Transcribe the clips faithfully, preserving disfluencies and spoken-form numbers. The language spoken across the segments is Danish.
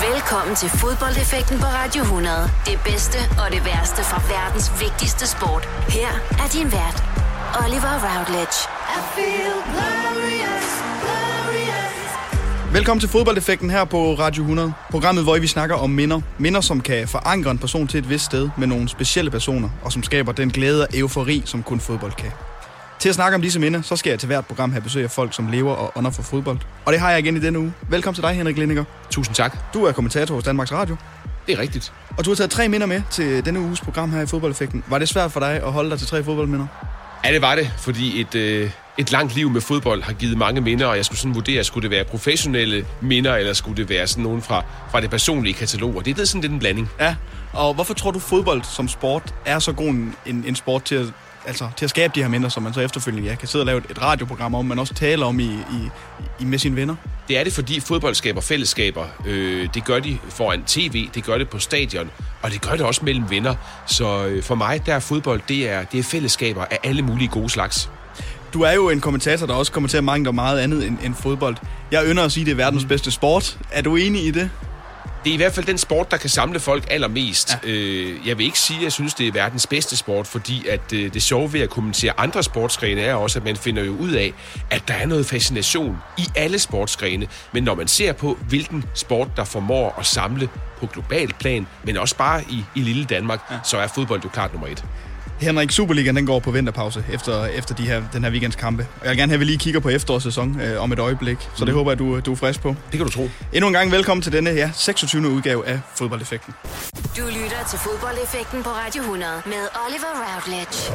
Velkommen til fodboldeffekten på Radio hundrede. Det bedste og det værste fra verdens vigtigste sport. Her er din vært, Oliver Routledge. I feel glorious, glorious. Velkommen til fodboldeffekten her på Radio hundrede. Programmet, hvor vi snakker om minder. Minder, som kan forankre en person til et vist sted med nogle specielle personer, og som skaber den glæde og eufori, som kun fodbold kan. Til at snakke om disse minder, så skal jeg til hvert program have besøg af folk, som lever og ånder for fodbold. Og det har jeg igen i denne uge. Velkommen til dig, Henrik Lindiger. Tusind tak. Du er kommentator hos Danmarks Radio. Det er rigtigt. Og du har taget tre minder med til denne uges program her i fodboldeffekten. Var det svært for dig at holde dig til tre fodboldminder? Ja, det var det, fordi et, øh, et langt liv med fodbold har givet mange minder, og jeg skulle sådan vurdere, skulle det være professionelle minder, eller skulle det være sådan nogen fra, fra det personlige katalog, og det er sådan lidt en blanding. Ja, og hvorfor tror du, fodbold som sport er så god en, en sport til at, altså, til at skabe de her minder, som man så efterfølgende ja, kan sidde og lave et, et radioprogram om, men også tale om i, i, i med sine venner? Det er det, fordi fodbold skaber fællesskaber. Øh, det gør de foran tv, det gør det på stadion, og det gør det også mellem venner. Så øh, for mig, der er fodbold, det er, det er fællesskaber af alle mulige gode slags. Du er jo en kommentator, der også kommenterer mange, der meget andet end, end fodbold. Jeg ynder at sige, at det er verdens bedste sport. Er du enig i det? Det er i hvert fald den sport, der kan samle folk allermest. Ja. Øh, jeg vil ikke sige, at jeg synes, det er verdens bedste sport, fordi at øh, det sjove ved at kommentere andre sportsgrene er også, at man finder jo ud af, at der er noget fascination i alle sportsgrene. Men når man ser på, hvilken sport, der formår at samle på globalt plan, men også bare i, i lille Danmark, ja. Så er fodbold jo klart nummer et. Henrik, Superligaen den går på vinterpause efter, efter de her, den her weekends kampe. Og jeg vil gerne have, at vi lige kigger på efterårssæson øh, om et øjeblik. Så mm. det håber jeg, du, du er frisk på. Det kan du tro. Endnu en gang velkommen til denne ja, seksogtyvende udgave af Fodboldeffekten. Du lytter til Fodboldeffekten på Radio hundrede med Oliver Routledge.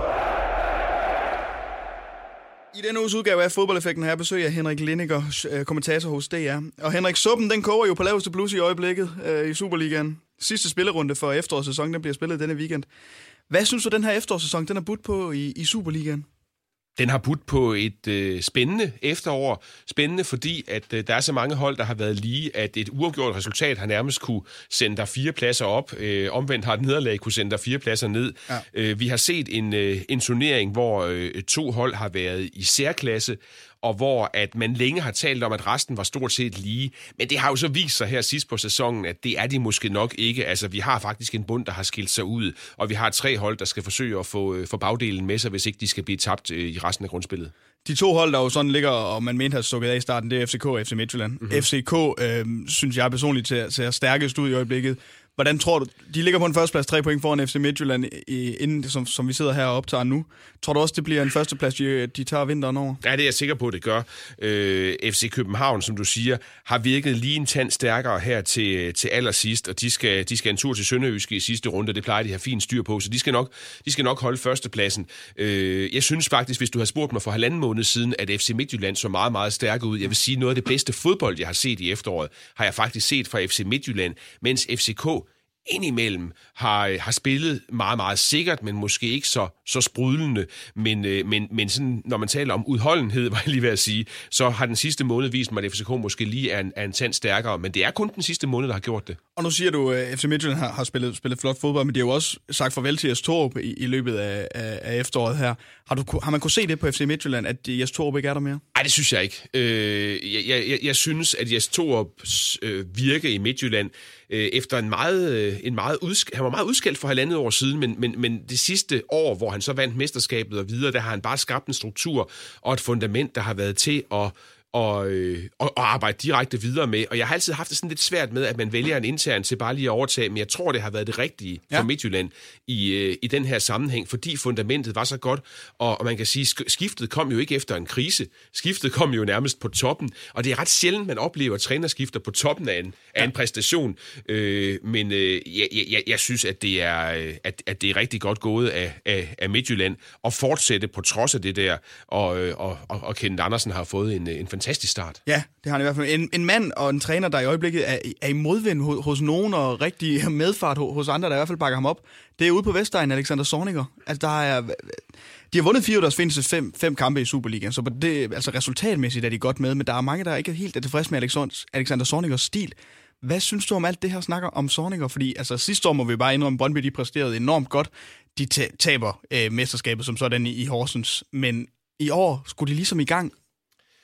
I denne uges udgave af Fodboldeffekten har jeg besøg af Henrik Lindiger, kommentator hos D R. Og Henrik, suppen den koger jo på laveste blus i øjeblikket øh, i Superligaen. Sidste spillerunde for efterårssæsonen, den bliver spillet denne weekend. Hvad synes du, den her efterårssæson, den er budt på i, i Superligaen? Den har budt på et øh, spændende efterår. Spændende, fordi at øh, der er så mange hold, der har været lige, at et uafgjort resultat har nærmest kunne sende der fire pladser op. Øh, omvendt har et nederlag kunne sende der fire pladser ned. Ja. Øh, vi har set en, øh, en turnering, hvor øh, to hold har været i særklasse, og hvor at man længe har talt om, at resten var stort set lige. Men det har jo så vist sig her sidst på sæsonen, at det er de måske nok ikke. Altså, vi har faktisk en bund, der har skilt sig ud, og vi har tre hold, der skal forsøge at få, få bagdelen med sig, hvis ikke de skal blive tabt i resten af grundspillet. De to hold, der jo sådan ligger, og man mente har stukket af i starten, det er F C K og F C Midtjylland. Mm-hmm. F C K, øh, synes jeg personligt, ser, ser stærkest ud i øjeblikket. Hvordan tror du, de ligger på en førsteplads, tre point foran F C Midtjylland, inden, som, som vi sidder her og optager nu. Tror du også, det bliver en førsteplads, de, de tager vinteren over? Ja, det er jeg sikker på, det gør. Øh, F C København, som du siger, har virket lige en tand stærkere her til, til allersidst, og de skal, de skal en tur til Sønderjyske i sidste runde. Det plejer de at have fint styr på, så de skal nok, de skal nok holde førstepladsen. Øh, jeg synes faktisk, hvis du har spurgt mig for halvanden måned siden, at F C Midtjylland så meget, meget stærke ud. Jeg vil sige, noget af det bedste fodbold, jeg har set i efteråret, har jeg faktisk set fra F C Midtjylland, mens F C K indimellem har, har spillet meget, meget sikkert, men måske ikke så, så sprudlende. Men, men, men sådan, når man taler om udholdenhed, var jeg lige ved at sige, så har den sidste måned vist mig, at F C K måske lige er en, er en tand stærkere, men det er kun den sidste måned, der har gjort det. Og nu siger du, at F C Midtjylland har, har spillet, spillet flot fodbold, men de har jo også sagt farvel til Jes Torup i, i løbet af, af, af efteråret her. Har, du, har man kunne se det på F C Midtjylland, at Jes Torup ikke er der mere? Nej, det synes jeg ikke. Øh, jeg, jeg, jeg synes, at Jes Torups øh, virke i Midtjylland, øh, efter en meget, øh, en meget udsk- han var meget udskældt for halvandet år siden, men, men, men det sidste år, hvor han så vandt mesterskabet og videre, der har han bare skabt en struktur og et fundament, der har været til at Og, øh, og, og arbejde direkte videre med. Og jeg har altid haft det sådan lidt svært med, at man vælger en intern til bare lige at overtage, men jeg tror, det har været det rigtige for ja. Midtjylland i, øh, i den her sammenhæng, fordi fundamentet var så godt, og, og man kan sige, skiftet kom jo ikke efter en krise. Skiftet kom jo nærmest på toppen, og det er ret sjældent, man oplever trænerskifter på toppen af en, ja. af en præstation. Øh, men øh, jeg, jeg, jeg synes, at det er, at, at det er rigtig godt gået af, af, af Midtjylland at fortsætte på trods af det der, og, og, og, og Kenneth Andersen har fået en, en fantastisk start. Ja, det har han i hvert fald. En, en mand og en træner, der i øjeblikket er, er i modvind hos, hos nogen, og rigtig medfart hos andre, der i hvert fald bakker ham op. Det er ude på Vestegnen, Alexander Zorniger. Altså, der er, de har vundet fire af deres fineste fem, fem kampe i Superligaen, så det, altså resultatmæssigt er de godt med, men der er mange, der ikke er helt er tilfredse med Alexander Zornigers stil. Hvad synes du om alt det her snakker om Zorniger? Fordi altså, sidste år må vi bare indrømme, Brøndby de præsterede enormt godt. De taber øh, mesterskabet som sådan i, i Horsens, men i år skulle de ligesom i gang.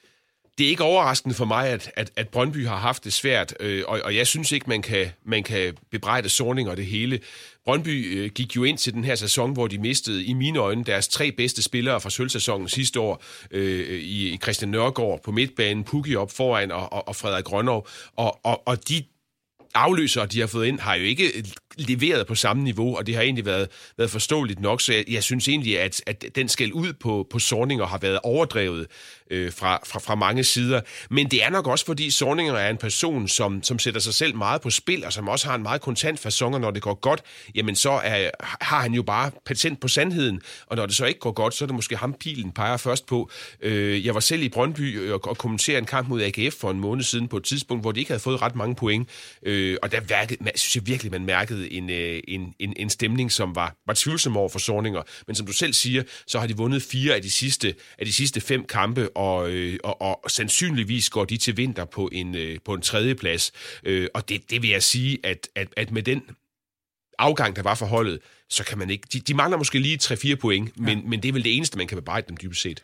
det er ikke overraskende for mig, at, at, at Brøndby har haft det svært, øh, og, og jeg synes ikke, man kan, man kan bebrejde Zornig og det hele. Brøndby øh, gik jo ind til den her sæson, hvor de mistede i mine øjne deres tre bedste spillere fra sølvsæsonen sidste år, øh, i, i Christian Nørgaard på midtbanen, Pukki op foran og, og, og Frederik Grønov, og, og, og de afløsere, de har fået ind, har jo ikke leveret på samme niveau, og det har egentlig været, været forståeligt nok, så jeg, jeg synes egentlig, at, at den skal ud på, på Zorniger har været overdrevet øh, fra, fra, fra mange sider. Men det er nok også, fordi Zorniger er en person, som, som sætter sig selv meget på spil, og som også har en meget kontant facon, og når det går godt, jamen så er, har han jo bare patent på sandheden, og når det så ikke går godt, så er det måske ham, pilen peger først på. Øh, jeg var selv i Brøndby og, og kommenterede en kamp mod A G F for en måned siden på et tidspunkt, hvor de ikke havde fået ret mange point, øh, og der værkede, man, synes jeg virkelig, man mærkede En, en, en, en stemning, som var, var tvivlsom over for Zorniger. Men som du selv siger, så har de vundet fire af de sidste, af de sidste fem kampe, og, og, og sandsynligvis går de til vinter på en, på en tredje plads. Og det, det vil jeg sige, at, at, at med den afgang, der var for holdet, så kan man ikke... De, de mangler måske lige tre fire point, men, ja. men det er vel det eneste, man kan bebrejde dem dybest set.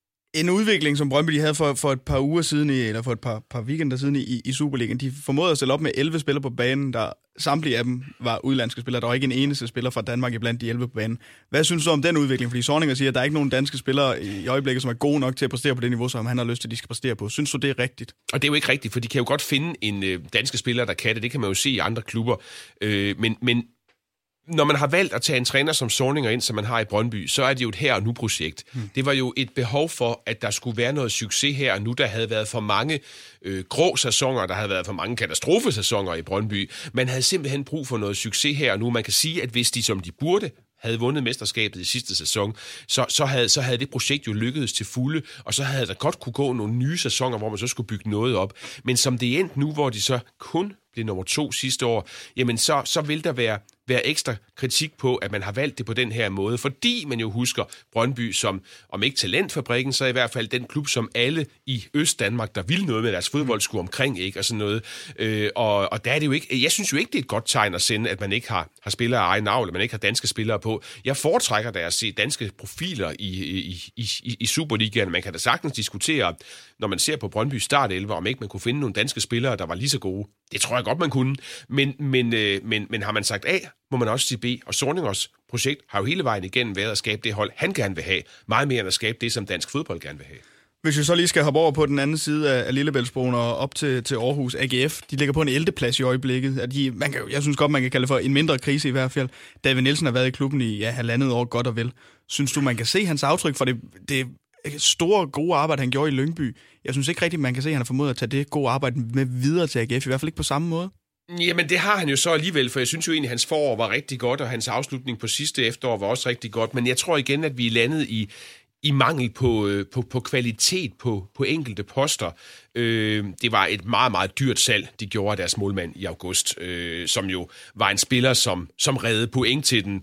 En udvikling, som Brøndby de havde for, for et par uger siden, i, eller for et par, par weekender siden i, i Superligaen, de formåede at stille op med elleve spillere på banen, der samtlige af dem var udlandske spillere. Der var ikke en eneste spiller fra Danmark iblandt de elleve på banen. Hvad synes du om den udvikling? Fordi Zorniger siger, at der er ikke nogen danske spillere i øjeblikket, som er gode nok til at præstere på det niveau, som han har lyst til, at de skal præstere på. Synes du, det er rigtigt? Og det er jo ikke rigtigt, for de kan jo godt finde en øh, danske spiller, der kan det. Det kan man jo se i andre klubber. Øh, men... men når man har valgt at tage en træner som Zorniger ind, som man har i Brøndby, så er det jo et her og nu-projekt. Hmm. Det var jo et behov for, at der skulle være noget succes her og nu. Der havde været for mange øh, grå sæsoner, der havde været for mange katastrofesæsoner i Brøndby. Man havde simpelthen brug for noget succes her og nu. Man kan sige, at hvis de, som de burde, havde vundet mesterskabet i sidste sæson, så, så, havde, så havde det projekt jo lykkedes til fulde, og så havde der godt kunne gå nogle nye sæsoner, hvor man så skulle bygge noget op. Men som det er endt nu, hvor de så kun blev nummer to sidste år, jamen så, så vil der være, være ekstra kritik på, at man har valgt det på den her måde, fordi man jo husker Brøndby som, om ikke talentfabrikken, så i hvert fald den klub, som alle i Øst-Danmark, der vil noget med deres fodbold, skulle omkring, ikke, og sådan noget. Øh, og, og der er det jo ikke, jeg synes jo ikke, det er et godt tegn at sende, at man ikke har, har spillere af egen navn, eller man ikke har danske spillere på. Jeg foretrækker da at se danske profiler i, i, i, i, i Superligaen. Man kan da sagtens diskutere, når man ser på Brøndby startelver, om ikke man kunne finde nogle danske spillere, der var lige så gode. Det tror jeg godt, man kunne. Men, men, øh, men, men har man sagt A, må man også sige B. Og Zorningers projekt har jo hele vejen igennem været at skabe det hold, han gerne vil have. Meget mere end at skabe det, som dansk fodbold gerne vil have. Hvis vi så lige skal hoppe over på den anden side af Lillebæltsbroen og op til, til Aarhus, A G F, de ligger på en ellevte plads i øjeblikket. De, man kan, jeg synes godt, man kan kalde det for en mindre krise i hvert fald. David Nielsen har været i klubben i ja, halvandet år, godt og vel. Synes du, man kan se hans aftryk for det, det store, gode arbejde, han gjorde i Lyngby? Jeg synes ikke rigtigt, man kan se, at han har formået at tage det gode arbejde med videre til A G F, i hvert fald ikke på samme måde. Jamen, det har han jo så alligevel, for jeg synes jo egentlig, at hans forår var rigtig godt, og hans afslutning på sidste efterår var også rigtig godt. Men jeg tror igen, at vi er landet i, i mangel på, på, på kvalitet på, på enkelte poster. Øh, det var et meget, meget dyrt salg, de gjorde af deres målmand i august, øh, som jo var en spiller, som, som reddede point til den.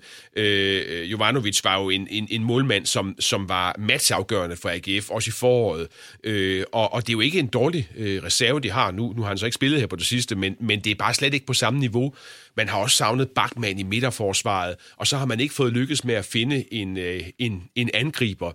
Øh, Jovanovic var jo en, en, en målmand, som, som var matchafgørende for A G F, også i foråret. Øh, og, og det er jo ikke en dårlig øh, reserve, de har nu. Nu har han så ikke spillet her på det sidste, men, men det er bare slet ikke på samme niveau. Man har også savnet Bachmann i midterforsvaret, og så har man ikke fået lykkes med at finde en, øh, en, en angriber.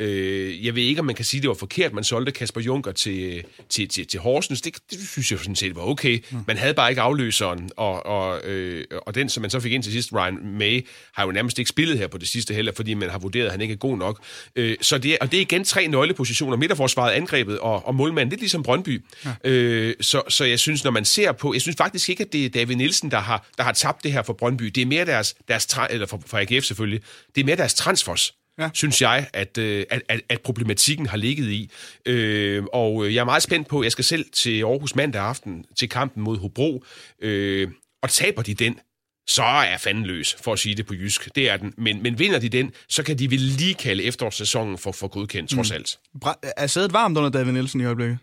Øh, jeg ved ikke, om man kan sige, at det var forkert, man solgte Kasper Juncker til Til, til, til Horsens. Det, det synes jeg sådan set var okay. Man havde bare ikke afløseren, og, og, øh, og den, som man så fik ind til sidst, Ryan May, har jo nærmest ikke spillet her på det sidste heller, fordi man har vurderet, at han ikke er god nok. Øh, så det, og det er igen tre nøglepositioner. Midterforsvaret, angrebet og, og målmanden. Det er ligesom Brøndby. Ja. Øh, så, så jeg synes, når man ser på... Jeg synes faktisk ikke, at det er David Nielsen, der har, der har tabt det her for Brøndby. Det er mere deres... deres eller for, for A G F selvfølgelig. Det er mere deres transfers. Ja. Synes jeg, at, at, at, at problematikken har ligget i. Øh, og jeg er meget spændt på, jeg skal selv til Aarhus mandag aften til kampen mod Hobro, øh, og taber de den, så er fanden løs, for at sige det på jysk. Det er den. Men, men vinder de den, så kan de vel lige kalde efterårssæsonen for, for godkendt, trods alt. Mm. Er sædet varmt under David Nielsen i øjeblikket?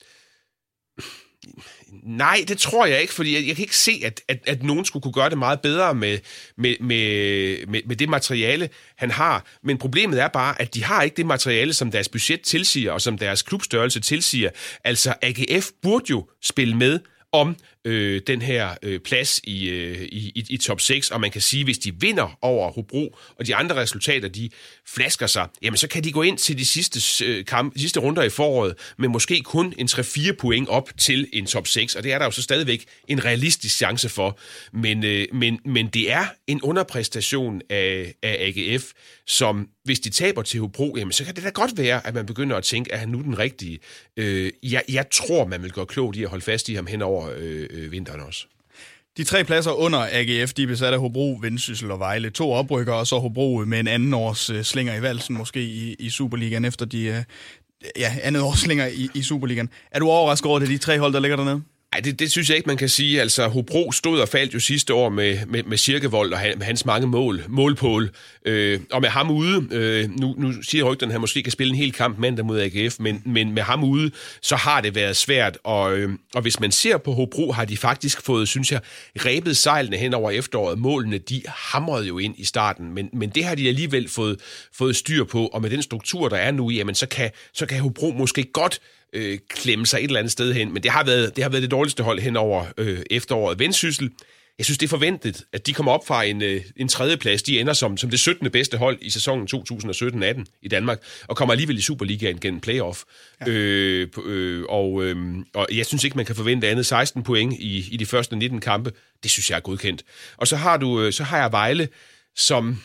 Nej, det tror jeg ikke, fordi jeg, jeg kan ikke se, at, at, at nogen skulle kunne gøre det meget bedre med, med, med, med, med det materiale, han har. Men problemet er bare, at de har ikke det materiale, som deres budget tilsiger, og som deres klubstørrelse tilsiger. Altså, A G F burde jo spille med om øh, den her øh, plads i, øh, i, i top seks, og man kan sige, hvis de vinder over Hobro, og de andre resultater, de flasker sig, jamen så kan de gå ind til de sidste, øh, kamp, de sidste runder i foråret, med måske kun en tre fire point op til en top seks, og det er der jo så stadigvæk en realistisk chance for. Men, øh, men, men det er en underpræstation af, af A G F, som hvis de taber til Hobro, jamen så kan det da godt være, at man begynder at tænke, at han nu den rigtige. Øh, jeg, jeg tror, man vil gå klogt i at holde fast i ham hen over øh, øh, vinteren også. De tre pladser under A G F, de er besat af Hobro, Vendsyssel og Vejle. To oprykker, og så Hobro med en anden års øh, slinger i valsen, måske i, i Superligaen, efter de øh, ja, andet års slinger i, i Superligaen. Er du overrasket over, det de tre hold, der ligger dernede? Nej, det, det synes jeg ikke, man kan sige. Altså, Hobro stod og faldt jo sidste år med, med, med Kirkevold og med hans mange mål, målpål. Øh, og med ham ude, øh, nu, nu siger rygterne, at han måske kan spille en hel kamp mandag mod A G F, men, men med ham ude, så har det været svært. Og, øh, og hvis man ser på Hobro, har de faktisk fået, synes jeg, rebet sejlene hen over efteråret. Målene, de hamrede jo ind i starten, men, men det har de alligevel fået, fået styr på. Og med den struktur, der er nu, jamen, så kan, så kan Hobro måske godt Øh, klemme sig et eller andet sted hen, men det har været det, har været det dårligste hold hen over øh, efteråret. Vendsyssel, jeg synes, det er forventet, at de kommer op fra en, øh, en tredjeplads. De ender som, som det syttende bedste hold i sæsonen to tusind sytten atten i Danmark, og kommer alligevel i Superligaen gennem playoff. Ja. Øh, øh, og, øh, og jeg synes ikke, man kan forvente andet seksten point i, i de første nitten kampe. Det synes jeg er godkendt. Og så har, du, øh, så har jeg Vejle, som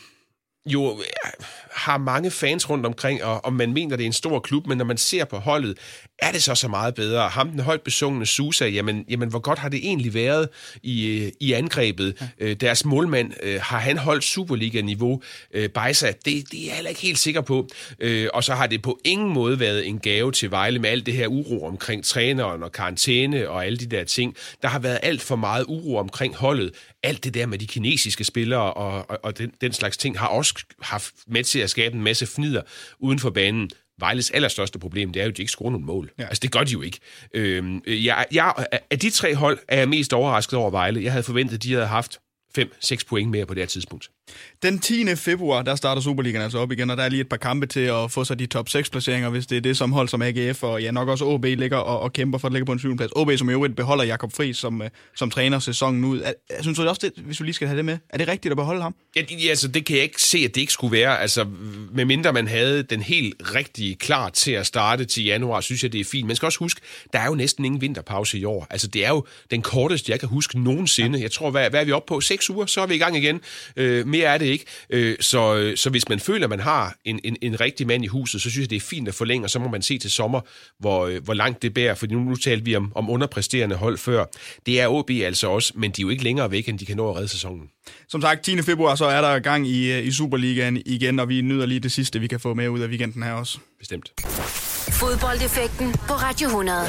jo har mange fans rundt omkring, og, og man mener, det er en stor klub, men når man ser på holdet, er det så så meget bedre. Ham, den højt besungne Sousa, jamen, jamen hvor godt har det egentlig været i, i angrebet? Ja. Øh, deres målmand, øh, har han holdt Superliga-niveau? Øh, Bejsa, det, det er jeg heller ikke helt sikker på. Øh, og så har det på ingen måde været en gave til Vejle med alt det her uro omkring træneren og karantæne og alle de der ting. Der har været alt for meget uro omkring holdet. Alt det der med de kinesiske spillere og, og, og den, den slags ting har også haft med til at skabe en masse fnider uden for banen. Vejles allerstørste problem, det er jo, at de ikke scorer nogen mål. Ja. Altså, det gør de jo ikke. Øhm, jeg, jeg, af de tre hold er jeg mest overrasket over Vejle. Jeg havde forventet, at de havde haft fem seks point mere på det her tidspunkt. Den tiende februar, der starter Superligaen altså op igen, og der er lige et par kampe til at få sig de top seks placeringer, hvis det er det, som hold som A G F og ja, nok også O B ligger og, og kæmper for at ligge på en syvende plads. O B, som i øvrigt beholder Jakob Friis som, som træner sæsonen ud. Jeg synes du også, det, hvis vi lige skal have det med, er det rigtigt at beholde ham? Ja, altså, det kan jeg ikke se, at det ikke skulle være. Altså, medmindre man havde den helt rigtige klar til at starte til januar, synes jeg, det er fint. Man skal også huske, der er jo næsten ingen vinterpause i år. Altså, det er jo den korteste, jeg kan huske nogensinde. Jeg tror, hvad, hvad er vi oppe på? Seks uger, så er vi i gang igen. Øh, mere er det ikke. Øh, så, så hvis man føler, at man har en, en, en rigtig mand i huset, så synes jeg, det er fint at forlænge, og så må man se til sommer, hvor, hvor langt det bærer. For nu, nu talte vi om, om underpræsterende hold før. Det er O B altså også, men de er jo ikke længere væk, end de kan nå at redde sæsonen. Som sagt, tiende februar, så er der gang i, i Superligaen igen, og vi nyder lige det sidste, vi kan få med ud af weekenden her også. Bestemt. Fodboldeffekten på Radio hundrede.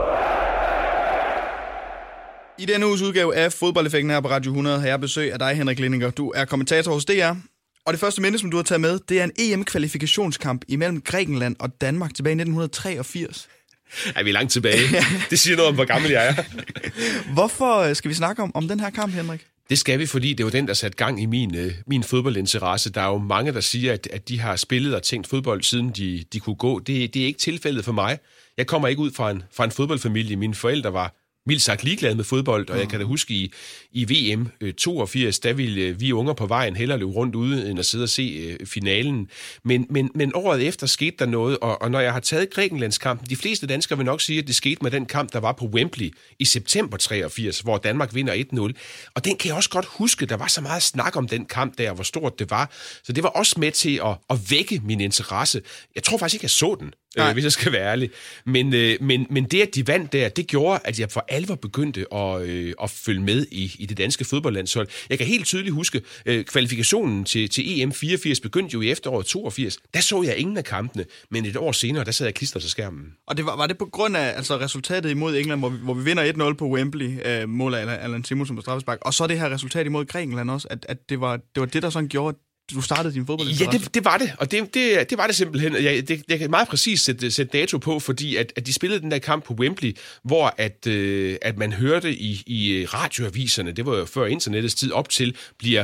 I denne uges udgave af Fodboldeffekten her på Radio hundrede har jeg besøg af dig, Henrik Lindinger. Du er kommentator hos D R, og det første minde, som du har taget med, det er en E M-kvalifikationskamp imellem Grækenland og Danmark tilbage i nitten treogfirs. Er vi langt tilbage? Det siger noget om, hvor gammel jeg er. Hvorfor skal vi snakke om, om den her kamp, Henrik? Det skal vi, fordi det var den, der satte gang i min, øh, min fodboldinteresse. Der er jo mange, der siger, at, at de har spillet og tænkt fodbold, siden de, de kunne gå. Det, det er ikke tilfældet for mig. Jeg kommer ikke ud fra en, fra en fodboldfamilie. Mine forældre var mildt sagt ligeglade med fodbold, og jeg kan da huske i, i V M toogfirs, der ville vi unger på vejen hellere løbe rundt ude, end at sidde og se øh, finalen. Men, men, men året efter skete der noget, og, og når jeg har taget Grækenlandskampen, de fleste danskere vil nok sige, at det skete med den kamp, der var på Wembley i september treogfirs, hvor Danmark vinder et nul. Og den kan jeg også godt huske, der var så meget snak om den kamp der, hvor stort det var. Så det var også med til at, at vække min interesse. Jeg tror faktisk ikke, jeg så den. Øh, hvis jeg skal være ærlig. Men, øh, men, men det, at de vandt der, det gjorde, at jeg for alvor begyndte at, øh, at følge med i, i det danske fodboldlandshold. Jeg kan helt tydeligt huske, øh, kvalifikationen til, til E M fireogfirs begyndte jo i efteråret toogfirs. Der så jeg ingen af kampene, men et år senere, der sad jeg klistret til skærmen. Og det var, var det på grund af altså, resultatet imod England, hvor vi, hvor vi vinder et nul på Wembley, øh, mål af Allan Simonsen på straffespark, og så det her resultat imod Grækenland også, at, at det, var, det var det, der sådan gjorde, du startede din fodboldinteresse? Ja, det, det var det, og det, det, det var det simpelthen. Jeg, det, jeg kan meget præcis sætte, sætte dato på, fordi at, at de spillede den der kamp på Wembley, hvor at, øh, at man hørte i, i radioaviserne, det var jo før internettets tid op til, bliver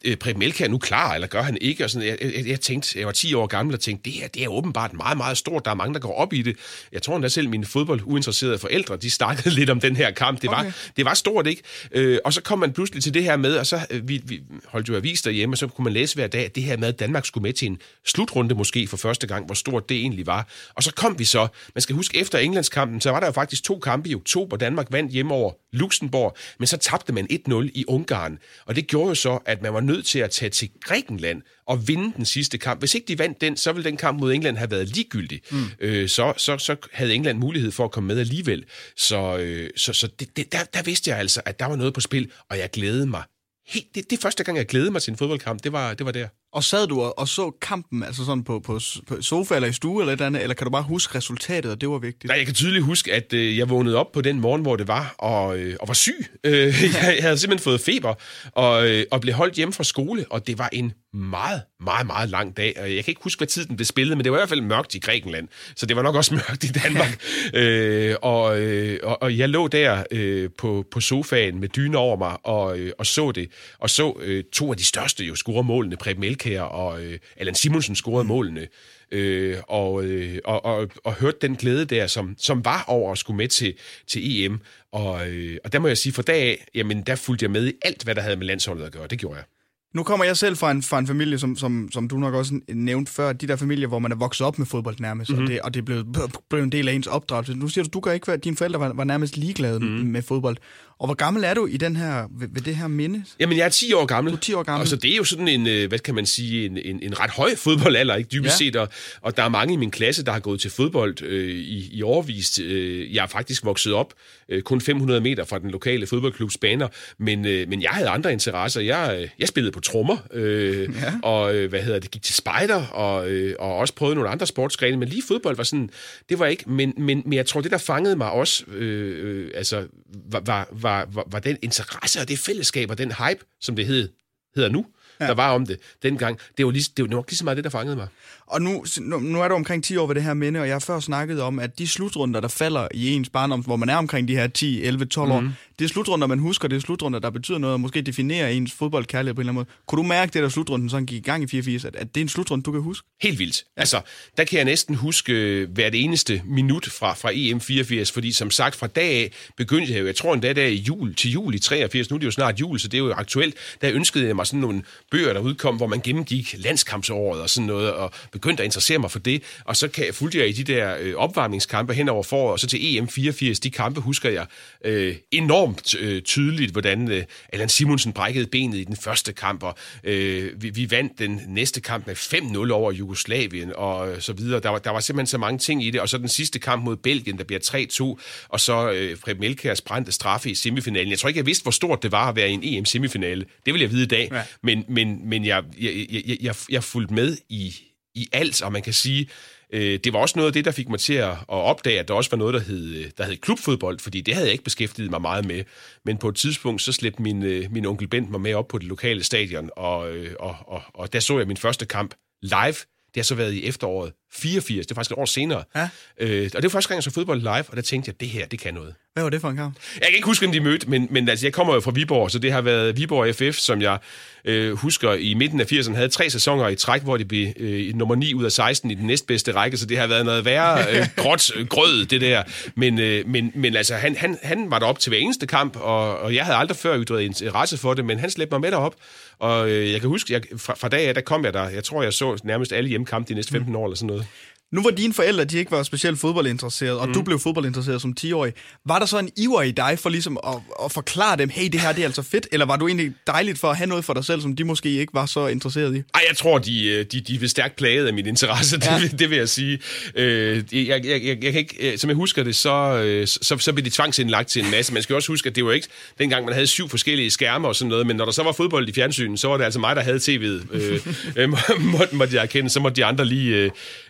Preben Elkjær nu klar, eller gør han ikke? Og sådan, jeg, jeg, jeg tænkte, jeg var ti år gammel og tænkte, det her, det er åbenbart meget, meget stort. Der er mange, der går op i det. Jeg tror endda selv, mine fodbolduinteresserede forældre, de snakkede lidt om den her kamp. Det var, okay. det var stort, ikke? Øh, og så kom man pludselig til det her med, og så vi, vi holdt jo avis derhjemme, og så kunne man læse hver dag, at det her med, at Danmark skulle med til en slutrunde måske for første gang, hvor stort det egentlig var. Og så kom vi så, man skal huske, efter Englandskampen, så var der jo faktisk to kampe i oktober. Danmark vandt hjemme over Luxembourg, men så tabte man et nul i Ungarn. Og det gjorde jo så, at man var nødt til at tage til Grækenland og vinde den sidste kamp. Hvis ikke de vandt den, så ville den kamp mod England have været ligegyldig. Mm. Øh, så, så, så havde England mulighed for at komme med alligevel. Så, øh, så, så det, det, der, der vidste jeg altså, at der var noget på spil, og jeg glædede mig. Helt, det, det første gang, jeg glædede mig til en fodboldkamp, det var, det var der. Og sad du og, og så kampen, altså sådan på, på, på sofa eller i stue eller et andet, eller kan du bare huske resultatet, og det var vigtigt? Nej, jeg kan tydeligt huske, at øh, jeg vågnede op på den morgen, hvor det var, og, øh, og var syg. Øh, jeg havde simpelthen fået feber, og, øh, og blev holdt hjemme fra skole, og det var en meget, meget, meget lang dag. Jeg kan ikke huske, hvad tid den blev spillet, men det var i hvert fald mørkt i Grækenland, så det var nok også mørkt i Danmark. øh, og, øh, og, og jeg lå der øh, på, på sofaen med dyne over mig, og, øh, og så det, og så øh, to af de største jo scoremålene, Preben Elkjær og øh, Allan Simonsen scorede mm. målene, øh, og, øh, og, og, og hørte den glæde der, som, som var over at skulle med til, til E M. Og, øh, og der må jeg sige, fra dag af, jamen der fulgte jeg med i alt, hvad der havde med landsholdet at gøre. Det gjorde jeg. Nu kommer jeg selv fra en, fra en familie, som, som, som du nok også nævnte før, de der familier, hvor man er vokset op med fodbold nærmest, mm-hmm. og, det, og det er blevet, blevet en del af ens opdragelse. Nu siger du, du kan ikke være, dine forældre var, var nærmest ligeglade mm-hmm. med fodbold. Og hvor gammel er du i den her, ved, ved det her minde? Jamen, jeg er ti år gammel. Du er ti år gammel. Og så det er jo sådan en, hvad kan man sige, en, en, en ret høj fodboldalder, ikke dybest ja. set. Og, og der er mange i min klasse, der har gået til fodbold øh, i, i årevis. Jeg er faktisk vokset op øh, kun fem hundrede meter fra den lokale fodboldklubs baner, men, øh, men jeg havde andre interesser. Jeg, jeg spillede på trommer, øh, ja. og øh, hvad hedder det, gik til spejder, og, øh, og også prøvede nogle andre sportsgrene, men lige fodbold var sådan, det var ikke, men, men, men jeg tror, det der fangede mig også, øh, øh, altså, var, var Var, var, var den interesse og det fællesskab og den hype, som det hed, hedder nu, ja. der var om det dengang, det var, lige, det var nok lige så meget det, der fangede mig. Og nu, nu er du omkring ti år ved det her minde, og jeg har før snakket om, at de slutrunder, der falder i ens barndom, hvor man er omkring de her ti, elleve, tolv år, mm. det er slutrunder, man husker, det er slutrunder, der betyder noget, og måske definerer ens fodboldkærlighed på en eller anden måde. Kunne du mærke det, der slutrunden sådan gik i gang i fireogfirs, at, at det er en slutrunde, du kan huske? Helt vildt. Ja. Altså, der kan jeg næsten huske hvert eneste minut fra, fra E M fireogfirs, fordi som sagt, fra dag af begyndte jeg jo, jeg tror endda der i jul, til jul i treogfirs, nu er det jo snart jul, så det er jo aktuelt, der ønskede jeg mig sådan nogle bøger, der udkom, hvor man gennemgik landskampsåret og sådan noget, og begyndte at interessere mig for det, og så kan, fulgte jeg i de der øh, opvarmningskampe hen over foråret, og så til E M fireogfirs, de kampe husker jeg øh, enormt øh, tydeligt, hvordan øh, Allan Simonsen brækkede benet i den første kamp, og øh, vi, vi vandt den næste kamp med fem nul over Jugoslavien, og øh, så videre. Der var, der var simpelthen så mange ting i det, og så den sidste kamp mod Belgien, der bliver tre to, og så øh, Preben Elkjærs brændte straffe i semifinalen. Jeg tror ikke, jeg vidste, hvor stort det var at være i en E M-semifinale. Det vil jeg vide i dag, ja. men, men, men jeg, jeg, jeg, jeg, jeg fulgte med i i alt, og man kan sige, øh, det var også noget af det, der fik mig til at, at opdage, at der også var noget, der hed, der hed klubfodbold, fordi det havde jeg ikke beskæftiget mig meget med. Men på et tidspunkt, så slæbte min, øh, min onkel Bent mig med op på det lokale stadion, og, øh, og, og, og der så jeg min første kamp live. Det har så været i efteråret fireogfirs, det er faktisk et år senere. Ja. Øh, og det var første gang, jeg så fodbold live, og der tænkte jeg, det her, det kan noget. Hvad var det for en kamp? Jeg kan ikke huske, om de mødte, men, men altså, jeg kommer jo fra Viborg, så det har været Viborg F F, som jeg øh, husker i midten af firserne havde tre sæsoner i træk, hvor de blev øh, nummer ni ud af seksten i den næstbedste række, så det har været noget værre øh, gråt øh, grød, det der. Men, øh, men, men altså, han, han, han var derop til hver eneste kamp, og, og jeg havde aldrig før ytret interesse for det, men han slæbte mig med derop, og øh, jeg kan huske, jeg, fra, fra dag af, der kom jeg der, jeg tror, jeg så nærmest alle hjemmekampe de næste femten år eller sådan noget. Nu var dine forældre, de ikke var specielt fodboldinteresserede, og mm. du blev fodboldinteresseret som ti-årig. Var der så en iver i dig for ligesom at, at forklare dem, hey, det her det er altså fedt, eller var du egentlig dejligt for at have noget for dig selv, som de måske ikke var så interesseret i? Ej, jeg tror, de, de, de er stærkt plaget af min interesse, ja. det, det vil jeg sige. Øh, jeg, jeg, jeg, jeg kan ikke, som jeg husker det, så, så, så blev de tvangsindlagt til en masse. Man skal jo også huske, at det var ikke dengang, man havde syv forskellige skærme og sådan noget, men når der så var fodbold i fjernsynen, så var det altså mig, der havde tv'et. Øh, måtte, måtte jeg erkende, så måtte de andre lige,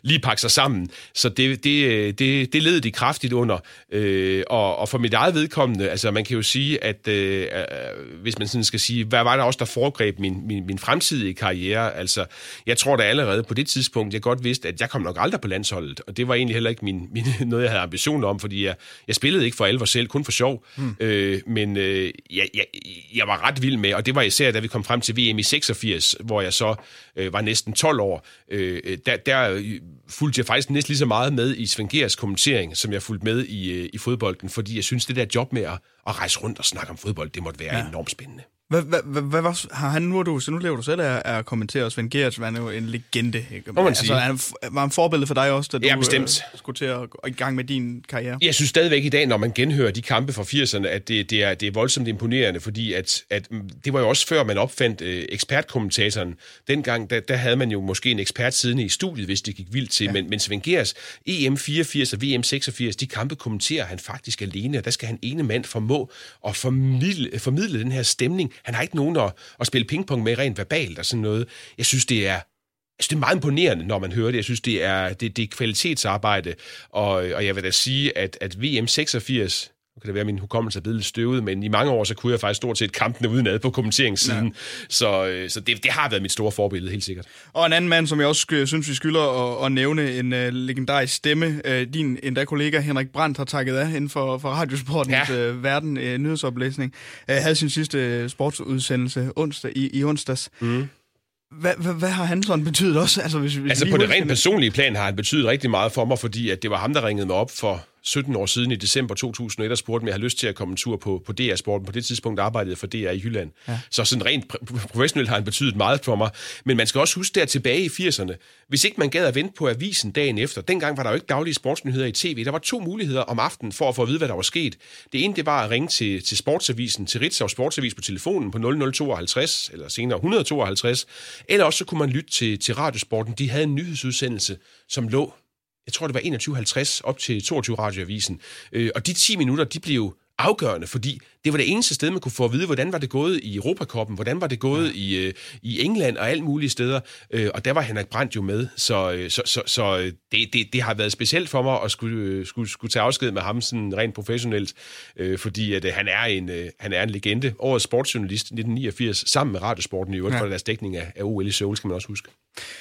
lige pakke sig sammen. Så det, det, det, det led de kraftigt under. Øh, og, og for mit eget vedkommende, altså man kan jo sige, at øh, hvis man sådan skal sige, hvad var der også, der foregreb min, min, min fremtidige karriere? Altså, jeg tror da allerede på det tidspunkt, jeg godt vidste, at jeg kom nok aldrig på landsholdet. Og det var egentlig heller ikke min, min, noget, jeg havde ambitioner om, fordi jeg, jeg spillede ikke for alvor selv, kun for sjov. Hmm. Øh, men øh, jeg, jeg, jeg var ret vild med, og det var især, da vi kom frem til V M i seksogfirs, hvor jeg så øh, var næsten tolv år. Øh, der, der fulgte jeg faktisk næsten lige så meget med i Svend Gehrs kommentering, som jeg fulgte med i, i fodbolden, fordi jeg synes, det der job med at, at rejse rundt og snakke om fodbold, det måtte være ja. enormt spændende. Hvad, hvad, hvad, hvad har han nu, du, så nu lever du selv af at kommentere, Svend Gehrs var jo en legende. Ikke? Altså, han var en forbillede for dig også, da du ja, bestemt. Øh, skulle til at gå i gang med din karriere. Jeg synes stadigvæk i dag, når man genhører de kampe fra firserne, at det, det, er, det er voldsomt imponerende, fordi at, at det var jo også før, man opfandt øh, ekspertkommentatoren. Dengang, der, der havde man jo måske en ekspert siddende i studiet, hvis det gik vildt til, ja. men, men Svend Gehrs E M fireogfirs og V M seksogfirs, de kampe kommenterer han faktisk alene, og der skal han ene mand formå at formidle, formidle den her stemning. Han har ikke nogen at, at spille pingpong med rent verbalt og sådan noget. Jeg synes, det er, jeg synes, det er meget imponerende, når man hører det. Jeg synes, det er, det, det er kvalitetsarbejde, og, og jeg vil da sige, at, at V M seksogfirs, nu kan det være, at min hukommelse er blevet lidt støvet, men i mange år, så kunne jeg faktisk stort set kampene udenad på kommenteringssiden. Ja. Så, så det, det har været mit store forbillede, helt sikkert. Og en anden mand, som jeg også synes, vi skylder at, at nævne, en uh, legendarisk stemme. Uh, din endda kollega Henrik Brandt har takket af inden for, for Radiosportens ja. uh, verden, uh, nyhedsoplæsning. Uh, havde sin sidste sportsudsendelse onsdag, i, i onsdags. Mm. Hvad, hvad, hvad har han sådan betydet også? Altså, hvis, hvis altså på det rent personlige plan har han betydet rigtig meget for mig, fordi at det var ham, der ringede mig op for sytten år siden i december to tusind og et og spurgte, om jeg havde lyst til at komme en tur på, på D R-sporten. På det tidspunkt arbejdede jeg for D R i Jylland. Ja. Så sådan rent professionelt har han betydet meget for mig. Men man skal også huske der tilbage i firserne. Hvis ikke man gad at vente på avisen dagen efter, dengang var der jo ikke daglige sportsnyheder i tv. Der var to muligheder om aftenen for at få at vide, hvad der var sket. Det ene, det var at ringe til, til sportsavisen, til Ritzau Sportsavis på telefonen på nul nul tooghalvtreds, eller senere et hundrede og tooghalvtreds. Eller også så kunne man lytte til, til Radiosporten. De havde en nyhedsudsendelse, som lå, jeg tror, det var enogtyve halvtreds op til toogtyve Radioavisen. Øh, og de ti minutter, de blev afgørende, fordi det var det eneste sted, man kunne få at vide, hvordan var det gået i Europacupen, hvordan var det gået ja. i, øh, i England og alle mulige steder. Øh, og der var Henrik Brandt jo med. Så, så, så, så det, det, det har været specielt for mig at skulle, skulle, skulle tage afsked med ham sådan rent professionelt, øh, fordi at, øh, han, er en, øh, han er en legende. Årets sportsjournalist nitten niogfirs, sammen med Radiosporten i øvrigt, ja. for deres dækning af, af O L i Seoul, skal man også huske.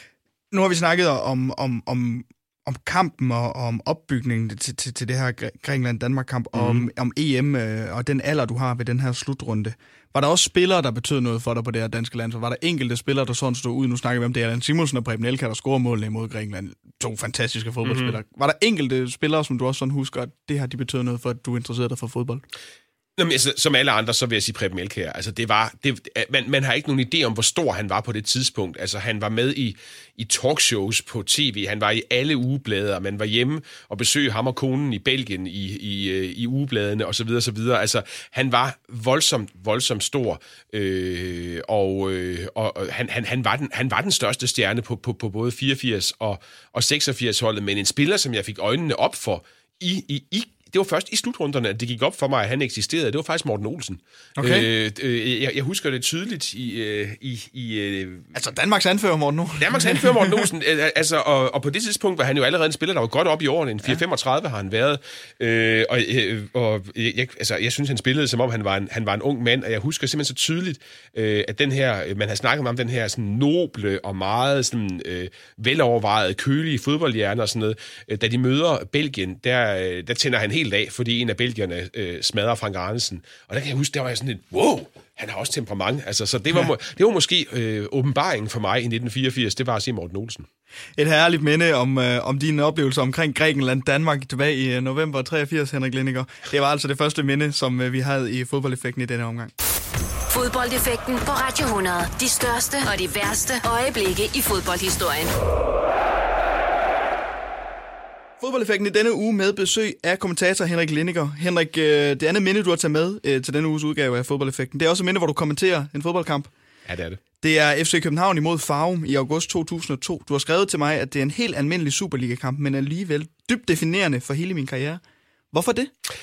Nu har vi snakket om, om, om om kampen og om opbygningen til, til, til det her Grækenland-Danmark-kamp, og mm. om, om E M øh, og den alder, du har ved den her slutrunde. Var der også spillere, der betød noget for dig på det her danske land? Så var der enkelte spillere, der sådan stod ud? Nu snakker vi om det, Allan Simonsen og Preben Elkjær, der scorer målene imod Grækenland. To fantastiske fodboldspillere. Mm. Var der enkelte spillere, som du også sådan husker, at det her de betød noget for, at du interesserede dig for fodbold? Jamen, altså, som alle andre, så vil jeg sige Preben Elkjær. Altså, det var, det, man, man har ikke nogen idé om, hvor stor han var på det tidspunkt. Altså, han var med i, i talkshows på tv. Han var i alle ugeblade, og man var hjemme og besøgte ham og konen i Belgien i, i, i ugebladene, osv. osv. Altså, han var voldsomt, voldsomt stor, øh, og, øh, og han, han, han, var den, han var den største stjerne på, på, på både fireogfirs og, og seksogfirs holdet, men en spiller, som jeg fik øjnene op for i, i, i det var først i slutrunderne, at det gik op for mig, at han eksisterede. Det var faktisk Morten Olsen. Okay. Øh, øh, jeg, jeg husker det tydeligt i... Øh, i, i øh, altså Danmarks anfører Morten Olsen. Danmarks anfører Morten Olsen. altså, og, og på det tidspunkt var han jo allerede en spiller, der var godt op i årene. En fire femogtredive har han været. Øh, og øh, og jeg, altså, jeg synes, han spillede, som om han var en, han var en ung mand. Og jeg husker simpelthen så tydeligt, øh, at den her... Man har snakket om den her sådan noble og meget sådan, øh, velovervejede, kølige fodboldhjerne og sådan noget. Øh, da de møder Belgien, der, der tænder han helt af, fordi en af belgierne øh, smadrer Frank Arnesen. Og der kan jeg huske, der var jeg sådan et, wow, han har også temperament. Altså, så det var, ja. det var måske øh, åbenbaringen for mig i nitten fireogfirs, det var at se Morten Olsen. Et herligt minde om, øh, om dine oplevelser omkring Grækenland, Danmark tilbage i november treogfirs, Henrik Lindiger. Det var altså det første minde, som øh, vi havde i fodboldeffekten i denne omgang. Fodboldeffekten på Radio hundrede. De største og de værste øjeblikke i fodboldhistorien. Fodboldeffekten i denne uge med besøg af kommentator Henrik Lindiger. Henrik, det andet minde, du har taget med til denne uges udgave af Fodboldeffekten, det er også et minde, hvor du kommenterer en fodboldkamp. Ja, det er det. Det er F C København imod Farum i august to tusind og to. Du har skrevet til mig, at det er en helt almindelig Superliga-kamp, men alligevel dybt definerende for hele min karriere. Hvorfor det?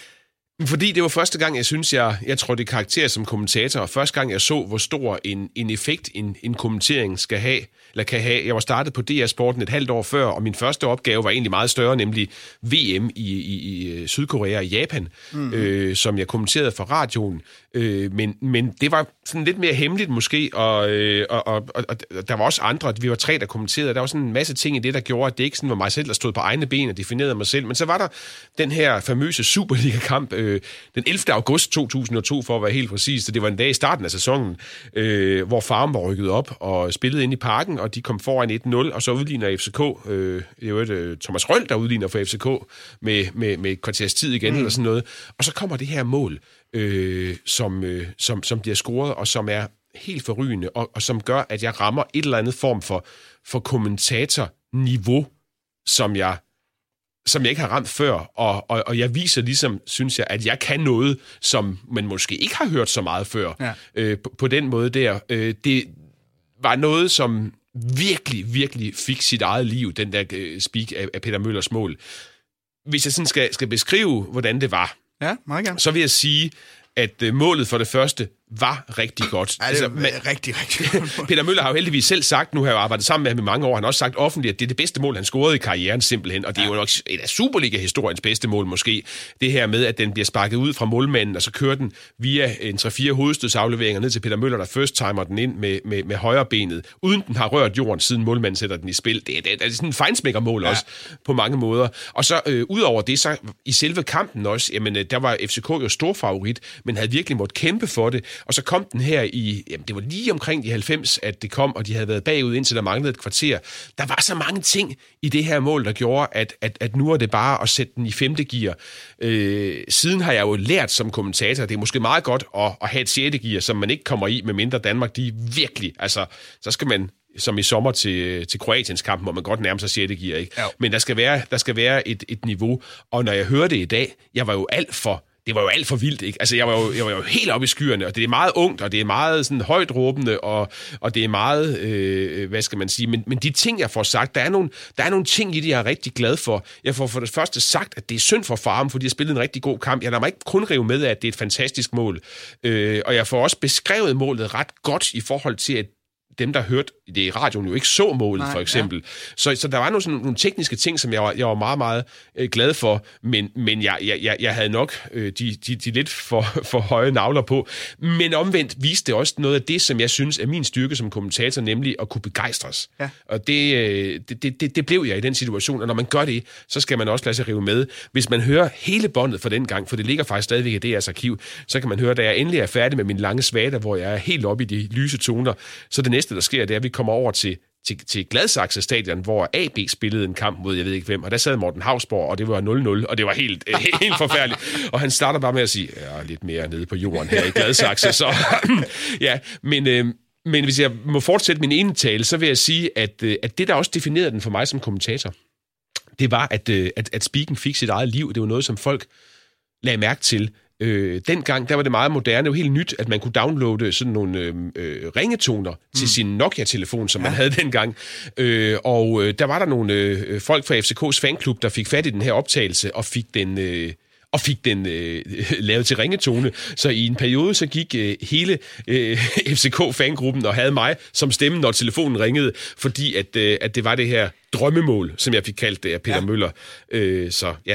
Fordi det var første gang, jeg synes, jeg, jeg trådte i karakter som kommentator, og første gang, jeg så, hvor stor en, en effekt en, en kommentering skal have, eller kan have. Jeg var startet på D R Sporten et halvt år før, og min første opgave var egentlig meget større, nemlig V M i, i, i Sydkorea og Japan, mm. øh, som jeg kommenterede for radioen. Øh, men, men det var sådan lidt mere hemmeligt måske, og, øh, og, og, og der var også andre, vi var tre, der kommenterede. Der var sådan en masse ting i det, der gjorde, at det ikke sådan var mig selv, der stod på egne ben og definerede mig selv. Men så var der den her famøse Superliga-kamp øh, den ellevte august to tusind og to, for at være helt præcis. Så det var en dag i starten af sæsonen, øh, hvor Farum var rykket op og spillede ind i parken, og de kom foran et nul, og så udligner F C K. Øh, det er jo et øh, Thomas Røll, der udligner for F C K med, med, med et kvarters tid igen, mm. eller sådan noget. Og så kommer det her mål, øh, som, øh, som, som bliver scoret, og som er helt forrygende, og, og som gør, at jeg rammer et eller andet form for, for kommentatorniveau, som jeg som jeg ikke har ramt før, og, og, og jeg viser ligesom, synes jeg, at jeg kan noget, som man måske ikke har hørt så meget før, ja. øh, på, på den måde der. Øh, det var noget, som virkelig, virkelig fik sit eget liv, den der øh, speak af, af Peter Møllers mål. Hvis jeg sådan skal, skal beskrive, hvordan det var, ja, meget gerne. Så vil jeg sige, at øh, målet for det første var rigtig godt. Ja, det er altså, rigtig, rigtig godt. Peter Møller har jo heldigvis selv sagt, nu har jeg arbejdet sammen med ham i mange år, han har også sagt offentligt, at det er det bedste mål, han scorede i karrieren simpelthen, og det er ja. jo nok et af Superliga-historiens bedste mål måske. Det her med, at den bliver sparket ud fra målmanden, og så kører den via en tre fire hovedstødsafleveringer ned til Peter Møller, der first timer den ind med, med, med højre benet, uden den har rørt jorden, siden målmanden sætter den i spil. Det er, det er sådan en fejnsmækkermål ja. også, på mange måder. Og så øh, ud over det, så i selve kampen også, jamen, der var F C K jo stor favorit, men havde virkelig måttet kæmpe for det, og så kom den her i, jamen det var lige omkring de halvfems, at det kom, og de havde været bagud, indtil der manglede et kvarter. Der var så mange ting i det her mål, der gjorde, at, at, at nu er det bare at sætte den i femte gear. Øh, siden har jeg jo lært som kommentator, det er måske meget godt at, at have et sjette gear, som man ikke kommer i, med mindre Danmark, de virkelig, altså, så skal man som i sommer til, til Kroatiens kamp, hvor man godt nærmer sig sjette gear, ikke? Ja. Men der skal være, der skal være et, et niveau, og når jeg hører det i dag, jeg var jo alt for Det var jo alt for vildt, ikke? Altså, jeg var jo, jeg var jo helt oppe i skyerne, og det er meget ungt, og det er meget sådan højt råbende, og, og det er meget, øh, hvad skal man sige, men, men de ting, jeg får sagt, der er, nogle, der er nogle ting i det, jeg er rigtig glad for. Jeg får for det første sagt, at det er synd for Farum, fordi jeg spillede en rigtig god kamp. Jeg lader mig ikke kun rive med, at det er et fantastisk mål. Øh, og jeg får også beskrevet målet ret godt i forhold til, at dem, der hørte det i radioen, jo ikke så målet, Nej, for eksempel. Ja. Så, så der var nogle, sådan, nogle tekniske ting, som jeg var, jeg var meget, meget øh, glad for, men, men jeg, jeg, jeg havde nok øh, de, de, de lidt for, for høje navler på. Men omvendt viste det også noget af det, som jeg synes er min styrke som kommentator, nemlig at kunne begejstres. Ja. Og det, øh, det, det, det blev jeg i den situation, og når man gør det, så skal man også lade sig rive med. Hvis man hører hele båndet fra den gang, for det ligger faktisk stadigvæk i D R's arkiv, så kan man høre, da jeg endelig er færdig med min lange svada, hvor jeg er helt oppe i de lyse toner, så det næste, der sker, det er, at vi kommer over til, til, til Gladsaxe Stadion, hvor A B spillede en kamp mod, jeg ved ikke hvem, og der sad Morten Hausborg, og det var nul nul, og det var helt, helt forfærdeligt. Og han starter bare med at sige, jeg er lidt mere nede på jorden her i Gladsaxe, så ja, men... Øh, men hvis jeg må fortsætte min ene tale, så vil jeg sige, at, at det, der også definerede den for mig som kommentator, det var, at, at, at speaken fik sit eget liv. Det var noget, som folk lagde mærke til. Øh, dengang, der var det meget moderne, det var helt nyt, at man kunne downloade sådan nogle øh, øh, ringetoner mm. til sin Nokia-telefon, som ja. man havde dengang. Øh, og øh, der var der nogle øh, folk fra F C K's fanklub, der fik fat i den her optagelse og fik den... Øh, og fik den øh, lavet til ringetone. Så i en periode, så gik øh, hele øh, F C K-fangruppen og havde mig som stemme, når telefonen ringede, fordi at, øh, at det var det her drømmemål, som jeg fik kaldt det af Peter ja. Møller. Øh, så ja.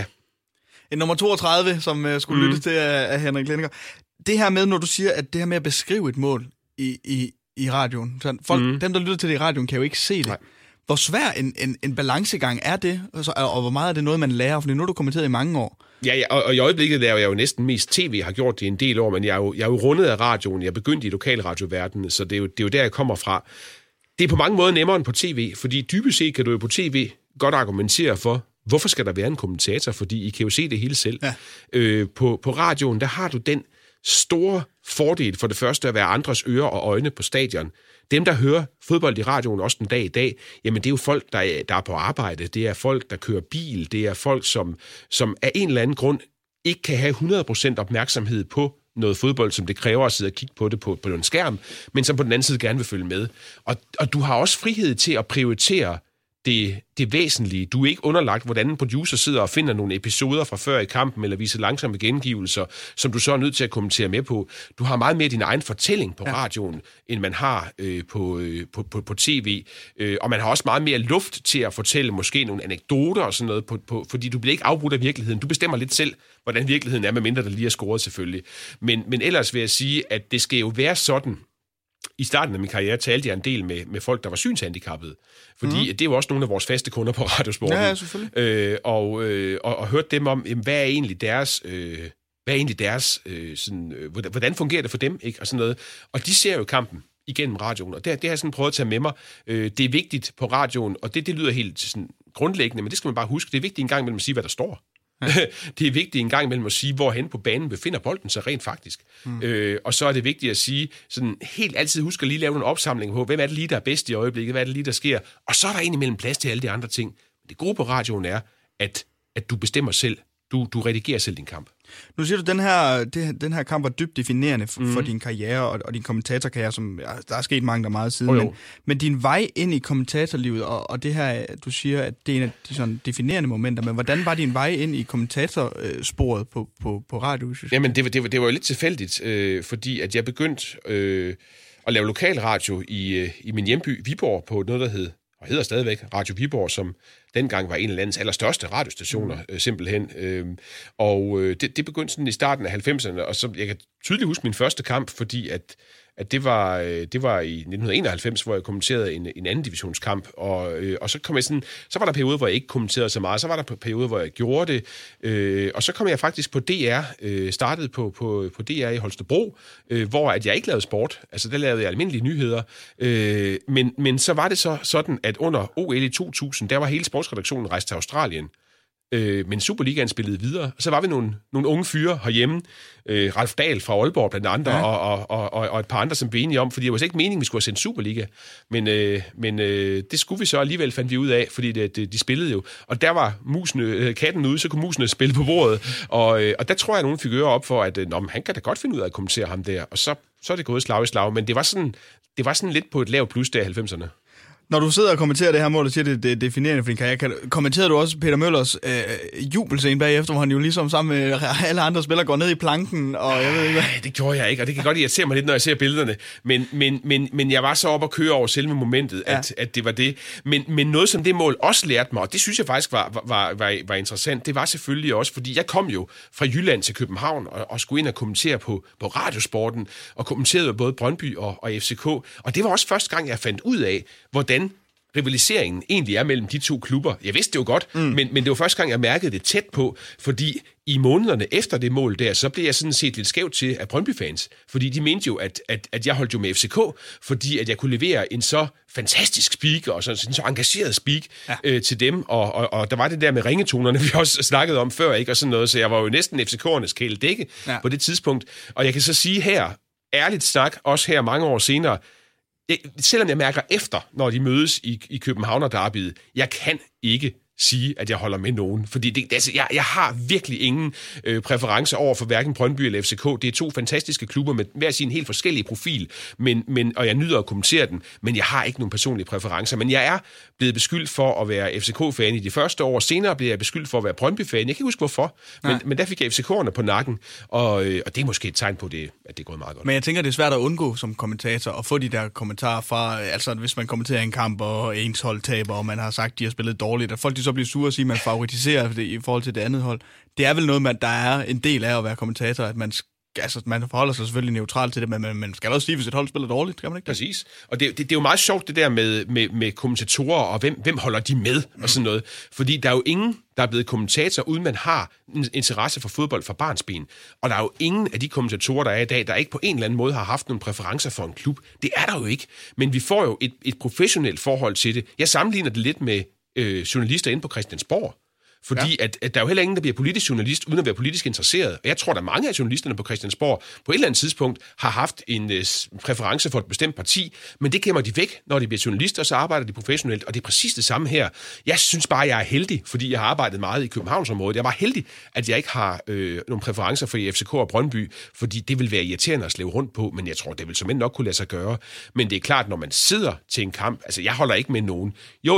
En nummer toogtredive, som uh, skulle mm. lyttes til af, af Henrik Lenninger. Det her med, når du siger, at det her med at beskrive et mål i, i, i radioen. Så folk, mm. dem, der lytter til det i radioen, kan jo ikke se det. Nej. Hvor svær en, en, en balancegang er det, og, og hvor meget er det noget, man lærer? For nu har du kommenteret i mange år. Ja, ja og, og i øjeblikket laver jeg jo næsten mest tv, jeg har gjort det en del år, men jeg er jo, jeg er jo rundet af radioen. Jeg er begyndt i lokalradioverdenen, så det er, jo, det er jo der, jeg kommer fra. Det er på mange måder nemmere end på tv, fordi dybest set kan du jo på tv godt argumentere for, hvorfor skal der være en kommentator, fordi I kan jo se det hele selv. Ja. Øh, på, på radioen, der har du den store fordel for det første at være andres ører og øjne på stadion. Dem, der hører fodbold i radioen også den dag i dag, jamen det er jo folk, der er, der er på arbejde. Det er folk, der kører bil. Det er folk, som, som af en eller anden grund ikke kan have hundrede procent opmærksomhed på noget fodbold, som det kræver at sidde og kigge på det på, på en skærm, men som på den anden side gerne vil følge med. Og, og du har også frihed til at prioritere det, det væsentlige. Du er ikke underlagt, hvordan en producer sidder og finder nogle episoder fra før i kampen, eller viser langsomme gengivelser, som du så er nødt til at kommentere med på. Du har meget mere din egen fortælling på ja. radioen, end man har øh, på, øh, på, på, på tv. Øh, og man har også meget mere luft til at fortælle måske nogle anekdoter og sådan noget, på, på, fordi du bliver ikke afbrudt af virkeligheden. Du bestemmer lidt selv, hvordan virkeligheden er, medmindre der lige er scoret selvfølgelig. Men, men ellers vil jeg sige, at det skal jo være sådan. I starten af min karriere talte jeg en del med, med folk, der var synshandicappede. Fordi mm. det er jo også nogle af vores faste kunder på Radiosporten. Ja, ja, selvfølgelig. Øh, og, øh, og, og hørte dem om, jamen, hvad er egentlig deres... Øh, hvad er egentlig deres... Øh, sådan, øh, hvordan, hvordan fungerer det for dem? Ikke? Og sådan noget. Og de ser jo kampen igennem radioen, og det, det har jeg sådan prøvet at tage med mig. Øh, det er vigtigt på radioen, og det, det lyder helt sådan grundlæggende, men det skal man bare huske. Det er vigtigt en gang imellem at sige, hvad der står. Ja. Det er vigtigt en gang imellem at sige, hvorhen på banen befinder bolden sig rent faktisk. Mm. Øh, og så er det vigtigt at sige, sådan helt altid husk at lige lave en opsamling på, hvem er det lige, der er bedst i øjeblikket, hvad er det lige, der sker, og så er der indimellem plads til alle de andre ting. Det gode på radioen er, at, at du bestemmer selv. Du, du redigerer selv din kamp. Nu siger du, at den her, det, den her kamp var dybt definerende for, mm. for din karriere og, og din kommentatorkarriere, som ja, der er sket mange der meget siden. Oh, men, men din vej ind i kommentatorlivet, og, og det her, du siger, at det er en af de sådan definerende momenter, men hvordan var din vej ind i kommentatorsporet på, på, på radio? Jamen, det var, det, var, det var jo lidt tilfældigt, øh, fordi at jeg begyndte øh, at lave lokalradio i, øh, i min hjemby, Viborg, på noget, der hed, og hedder stadigvæk Radio Viborg, som dengang var en af landets allerstørste radiostationer, øh, simpelthen. Øh, og øh, det, det begyndte sådan i starten af halvfemserne, og så jeg kan tydeligt huske min første kamp, fordi at, at det, var, øh, det var i nitten enoghalvfems, hvor jeg kommenterede en, en anden divisionskamp, og, øh, og så kom jeg sådan, så var der perioder, hvor jeg ikke kommenterede så meget, så var der perioder, hvor jeg gjorde det, øh, og så kom jeg faktisk på D R, øh, startede på, på, på D R i Holstebro, øh, hvor at jeg ikke lavede sport, altså der lavede jeg almindelige nyheder, øh, men, men så var det så sådan, at under O L i to tusind, der var hele sportsredaktionen rejst til Australien, Øh, men Superligaen spillede videre. Så var vi nogle, nogle unge fyre herhjemme. Øh, Ralf Dahl fra Aalborg blandt andre, ja. og, og, og, og et par andre, som blev enige om, fordi det var ikke meningen, vi skulle have sendt Superliga. Men, øh, men øh, det skulle vi så alligevel, fandt vi ud af, fordi det, det, de spillede jo. Og der var musene, øh, katten ude, så kunne musene spille på bordet. Og, øh, og der tror jeg, at nogen fik øre op for, at øh, han kan da godt finde ud af at kommentere ham der. Og så, så er det gået slag i slag. Men det var sådan, det var sådan lidt på et lavt plus der i halvfemserne. Når du sidder og kommenterer det her mål, og siger, det, det er definerende for din karriere, kommenterede du også Peter Møllers øh, jubelscene bagefter, hvor han jo ligesom sammen med alle andre spillere går ned i planken, og jeg ved ikke hvad. Nej, det gjorde jeg ikke, og det kan godt irritere mig lidt, når jeg ser billederne. Men, men, men, men jeg var så oppe at køre over selve momentet, ja. at, at det var det. Men, men noget, som det mål også lærte mig, og det synes jeg faktisk var, var, var, var interessant, det var selvfølgelig også, fordi jeg kom jo fra Jylland til København, og, og skulle ind og kommentere på, på Radiosporten, og kommenterede både Brøndby og, og F C K. Og det var også første gang, jeg fandt ud af, hvordan rivaliseringen egentlig er mellem de to klubber. Jeg vidste det jo godt, mm. men, men det var første gang, jeg mærkede det tæt på, fordi i månederne efter det mål der, så blev jeg sådan set lidt skævt til af Brøndby-fans, fordi de mente jo, at, at, at jeg holdt jo med F C K, fordi at jeg kunne levere en så fantastisk speak, og så, en så engageret speak ja. øh, til dem, og, og, og der var det der med ringetonerne, vi også snakkede om før, ikke, og sådan noget, så jeg var jo næsten F C K'ernes kæledække ja. på det tidspunkt, og jeg kan så sige her, ærligt snak, også her mange år senere, Jeg, selvom jeg mærker efter, når de mødes i, i Københavner-derbyet, jeg kan ikke sige, at jeg holder med nogen. Fordi det, altså, jeg, jeg har virkelig ingen øh, præference over for hverken Brøndby eller F C K. Det er to fantastiske klubber med hver sin helt forskellige profil, men, men, og jeg nyder at kommentere den, men jeg har ikke nogen personlige præferencer. Men jeg er blevet beskyldt for at være F C K-fan i de første år. Senere blev jeg beskyldt for at være Brøndby-fan. Jeg kan ikke huske hvorfor, men, men der fik jeg F C K'erne på nakken, og, øh, og det er måske et tegn på, det, at det er gået meget godt. Men jeg tænker, det er svært at undgå som kommentator at få de der kommentarer fra, altså hvis man kommenterer en kamp, og ens hold taber, og man har sagt, at de har spillet dårligt, og folk de så bliver sure og sige, at man favoritiserer det i forhold til det andet hold. Det er vel noget, man, der er en del af at være kommentator, at man, altså, man forholder sig selvfølgelig neutralt til det, men man, man skal også sige, hvis et hold spiller dårligt, kan man ikke det? Præcis. Og det, det, det er jo meget sjovt, det der med, med, med kommentatorer, og hvem, hvem holder de med, mm. og sådan noget. Fordi der er jo ingen, der er blevet kommentator, uden man har en interesse for fodbold fra barnsben. Og der er jo ingen af de kommentatorer, der er i dag, der ikke på en eller anden måde har haft nogle præferencer for en klub. Det er der jo ikke. Men vi får jo et, et professionelt forhold til det. Jeg sammenligner det lidt med øh, journalister inde på Christiansborg. Fordi ja. at, at der er jo heller ingen, der bliver politisk journalist, uden at være politisk interesseret. Og jeg tror, at mange af journalisterne på Christiansborg på et eller andet tidspunkt har haft en øh, præference for et bestemt parti, men det gemmer de væk, når de bliver journalister, og så arbejder de professionelt. Og det er præcis det samme her. Jeg synes bare, at jeg er heldig, fordi jeg har arbejdet meget i Københavnsområdet. Jeg var heldig, at jeg ikke har øh, nogle præferencer for F C K og Brøndby, fordi det vil være irriterende at slæve rundt på, men jeg tror, det vil som nok kunne lade sig gøre. Men det er klart, når man sidder til en kamp, altså jeg holder ikke med nogen. Jo jo,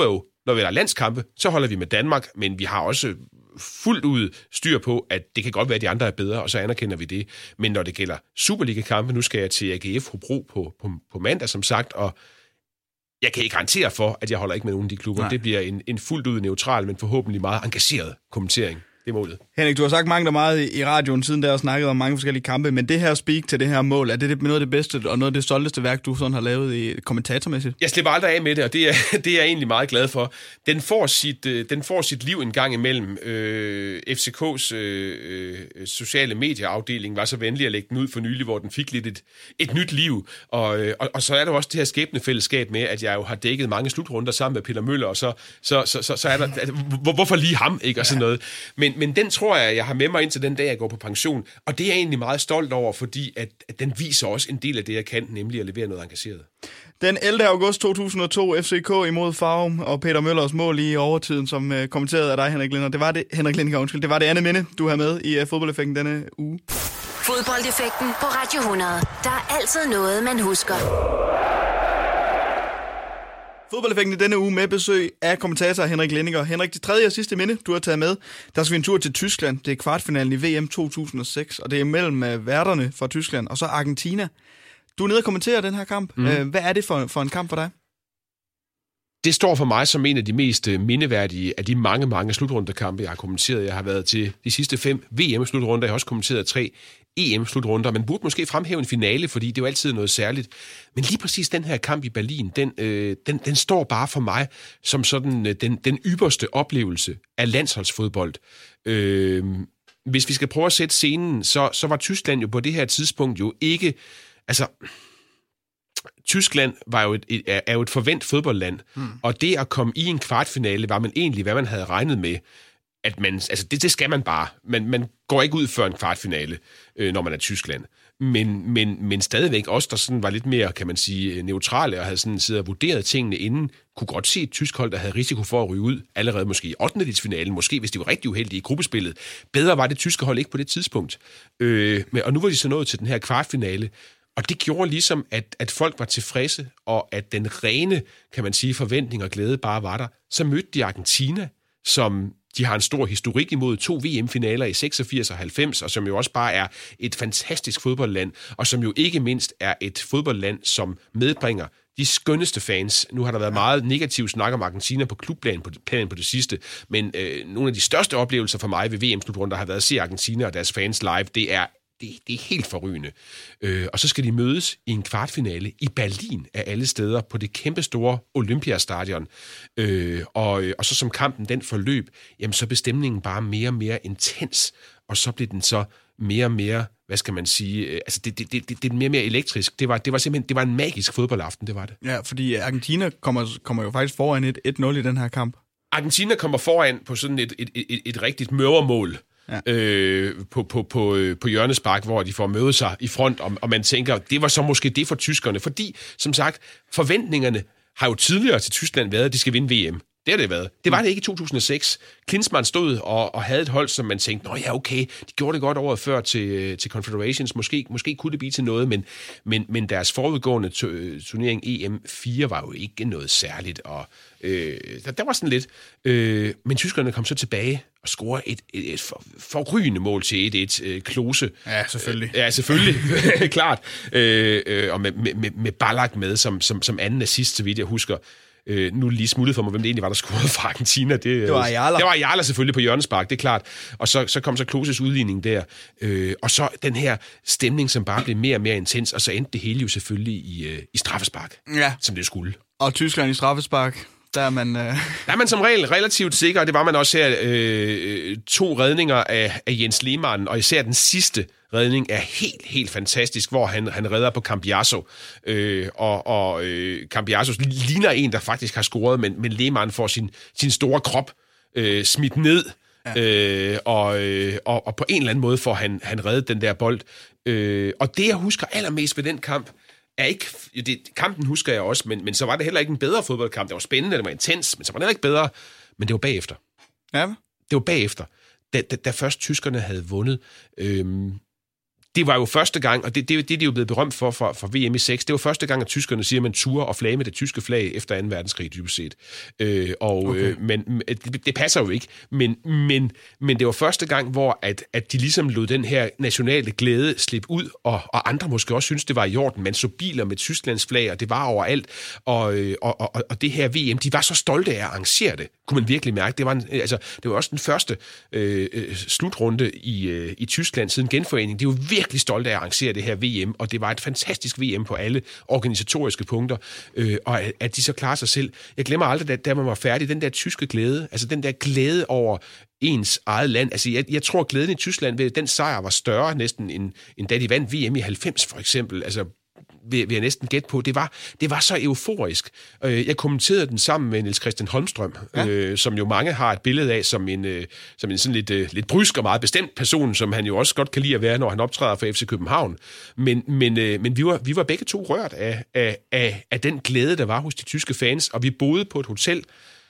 Når vi har landskampe, så holder vi med Danmark, men vi har også fuldt ud styr på, at det kan godt være, at de andre er bedre, og så anerkender vi det. Men når det gælder Superliga-kampe, nu skal jeg til A G F Hobro på, på, på mandag, som sagt, og jeg kan ikke garantere for, at jeg holder ikke med nogen af de klubber. Nej. Det bliver en, en fuldt ud neutral, men forhåbentlig meget engageret kommentering. Det er målet. Henrik, du har sagt mange der meget i radioen siden der og snakket om mange forskellige kampe, men det her speak til det her mål, er det noget af det bedste og noget af det stolteste værk, du sådan har lavet i kommentatormæssigt? Jeg slipper aldrig af med det, og det er, det er jeg egentlig meget glad for. Den får sit, den får sit liv en gang imellem. Øh, F C K's øh, sociale medieafdeling var så venlig at lægge den ud for nylig, hvor den fik lidt et, et nyt liv. Og, og, og så er der også det her skæbnefællesskab med, at jeg jo har dækket mange slutrunder sammen med Peter Møller, og så, så, så, så, så er der, at, hvor, hvorfor lige ham, ikke? Og sådan noget. Men Men den tror jeg, jeg har med mig indtil den dag, jeg går på pension. Og det er jeg egentlig meget stolt over, fordi at, at den viser også en del af det, jeg kan, nemlig at levere noget engageret. Den ellevte august to tusind og to, F C K imod Farum og Peter Møllers mål i overtiden, som uh, kommenteret af dig, Henrik Linder. Det var det, Henrik Linder, undskyld. Det var det andet minde, du har med i uh, fodboldeffekten denne uge. Fodboldeffekten på Radio hundrede. Der er altid noget, man husker. Fodboldeffekten i denne uge med besøg af kommentator Henrik Lindinger. Henrik, det tredje og sidste minde, du har taget med, der skal vi en tur til Tyskland. Det er kvartfinalen i V M to tusind og seks, og det er mellem værterne fra Tyskland og så Argentina. Du er nede og kommenterer den her kamp. Mm. Hvad er det for, for en kamp for dig? Det står for mig som en af de mest mindeværdige af de mange, mange slutrundekampe, jeg har kommenteret. Jeg har været til de sidste fem V M-slutrunder. Jeg har også kommenteret tre E M-slutrunder. Man burde måske fremhæve en finale, fordi det er jo altid noget særligt. Men lige præcis den her kamp i Berlin, den, øh, den, den står bare for mig som sådan øh, den, den ypperste oplevelse af landsholdsfodbold. Øh, hvis vi skal prøve at sætte scenen, så, så var Tyskland jo på det her tidspunkt jo ikke... Altså... Tyskland var jo et, et, er jo et forvent fodboldland, hmm. og det at komme i en kvartfinale, var man egentlig, hvad man havde regnet med, at man, altså det, det skal man bare. Man, man går ikke ud før en kvartfinale, øh, når man er Tyskland. Men, men, men stadigvæk også, der sådan var lidt mere, kan man sige, neutrale, og havde sådan siddet og vurderet tingene inden, kunne godt se et tysk hold, der havde risiko for at ryge ud, allerede måske i ottendedelsfinalen, måske hvis de var rigtig uheldige i gruppespillet. Bedre var det tyske hold ikke på det tidspunkt. Øh, og nu var de så nået til den her kvartfinale, og det gjorde ligesom, at, at folk var tilfredse, og at den rene, kan man sige, forventning og glæde bare var der. Så mødte de Argentina, som de har en stor historik imod, to V M-finaler i seksogfirs og halvfems, og som jo også bare er et fantastisk fodboldland, og som jo ikke mindst er et fodboldland, som medbringer de skønneste fans. Nu har der været meget negativ snak om Argentina på klubplanen på, planen på det sidste, men øh, nogle af de største oplevelser for mig ved V M-slutrunder har været at se Argentina og deres fans live. Det er Det, det er helt forrygende. Øh, og så skal de mødes i en kvartfinale i Berlin af alle steder på det kæmpestore Olympiastadion. Øh, og, og så som kampen den forløb, jamen så blev stemningen bare mere og mere intens, og så blev den så mere og mere, hvad skal man sige, øh, altså det, det, det, det, det er mere og mere elektrisk. Det var, det var simpelthen, det var en magisk fodboldaften, det var det. Ja, fordi Argentina kommer, kommer jo faktisk foran et et nul i den her kamp. Argentina kommer foran på sådan et, et, et, et, et rigtigt møvermål. Ja. Øh, på, på, på, på hjørnespark, hvor de får møde sig i front, og, og man tænker, det var så måske det for tyskerne, fordi, som sagt, forventningerne har jo tidligere til Tyskland været, at de skal vinde V M. Det har det været. Det var det ikke i to tusind og seks. Klinsmann stod og, og havde et hold, som man tænkte, nå ja, okay, de gjorde det godt året før til, til Confederations, måske, måske kunne det blive til noget, men, men, men deres forudgående turnering E M fire var jo ikke noget særligt, og øh, der, der var sådan lidt. Øh, men tyskerne kom så tilbage og scorede et, et, et for, forrygende mål til et et øh, Klose. Ja, selvfølgelig. Øh, ja, selvfølgelig. Klart. Øh, øh, og med, med, med Ballack med som, som, som anden assist, så vidt jeg husker. Øh, nu lige smuttet for mig, hvem det egentlig var, der scorede fra Argentina. Det, det var Ayala. Det var Ayala selvfølgelig på hjørnespark, det er klart. Og så, så kom så Kloses udligning der. Øh, og så den her stemning, som bare blev mere og mere intens, og så endte det hele jo selvfølgelig i, øh, i straffespark, ja. Som det skulle. Og Tyskland i straffespark, der er man... Øh... Der er man som regel relativt sikker, og det var man også her. Øh, to redninger af, af Jens Lehmann, og især den sidste redning er helt, helt fantastisk, hvor han, han redder på Cambiasso. Øh, og og øh, Cambiasso ligner en, der faktisk har scoret, men, men Lehmann får sin, sin store krop øh, smidt ned, ja. øh, og, øh, og, og på en eller anden måde får han, han reddet den der bold. Øh, og det, jeg husker allermest ved den kamp, er ikke... Det, kampen husker jeg også, men, men så var det heller ikke en bedre fodboldkamp. Det var spændende, det var intens, men så var det heller ikke bedre. Men det var bagefter. Ja. Det var bagefter. Da, da, da først tyskerne havde vundet... Øh, det var jo første gang, og det, det, det er de jo blevet berømt for, for, for V M i seks, det var første gang, at tyskerne siger, at man turer og flage med det tyske flag efter anden verdenskrig, dybest set. Øh, og, okay. øh, men det, det passer jo ikke. Men, men, men det var første gang, hvor at, at de ligesom lod den her nationale glæde slippe ud, og, og andre måske også synes det var i orden. Man så biler med Tysklands flag, og det var overalt. Og, og, og, og det her V M, de var så stolte af at arrangere det, kunne man virkelig mærke. Det var, en, altså, det var også den første øh, slutrunde i, øh, i Tyskland siden genforeningen. De var virkelig stolte af at arrangere det her V M, og det var et fantastisk V M på alle organisatoriske punkter, øh, og at, at de så klarer sig selv. Jeg glemmer aldrig, da, da man var færdig, den der tyske glæde, altså den der glæde over ens eget land. Altså, jeg, jeg tror, glæden i Tyskland ved, at den sejr var større næsten, end, end da de vandt V M i halvfems, for eksempel. Altså, vil, vil jeg næsten gætte på. Det var, det var så euforisk. Jeg kommenterede den sammen med Niels Christian Holmstrøm, ja. øh, som jo mange har et billede af som en, øh, som en sådan lidt, øh, lidt brysk og meget bestemt person, som han jo også godt kan lide at være, når han optræder for F C København. Men, men, øh, men vi, var, vi var begge to rørt af, af, af, af den glæde, der var hos de tyske fans, og vi boede på et hotel,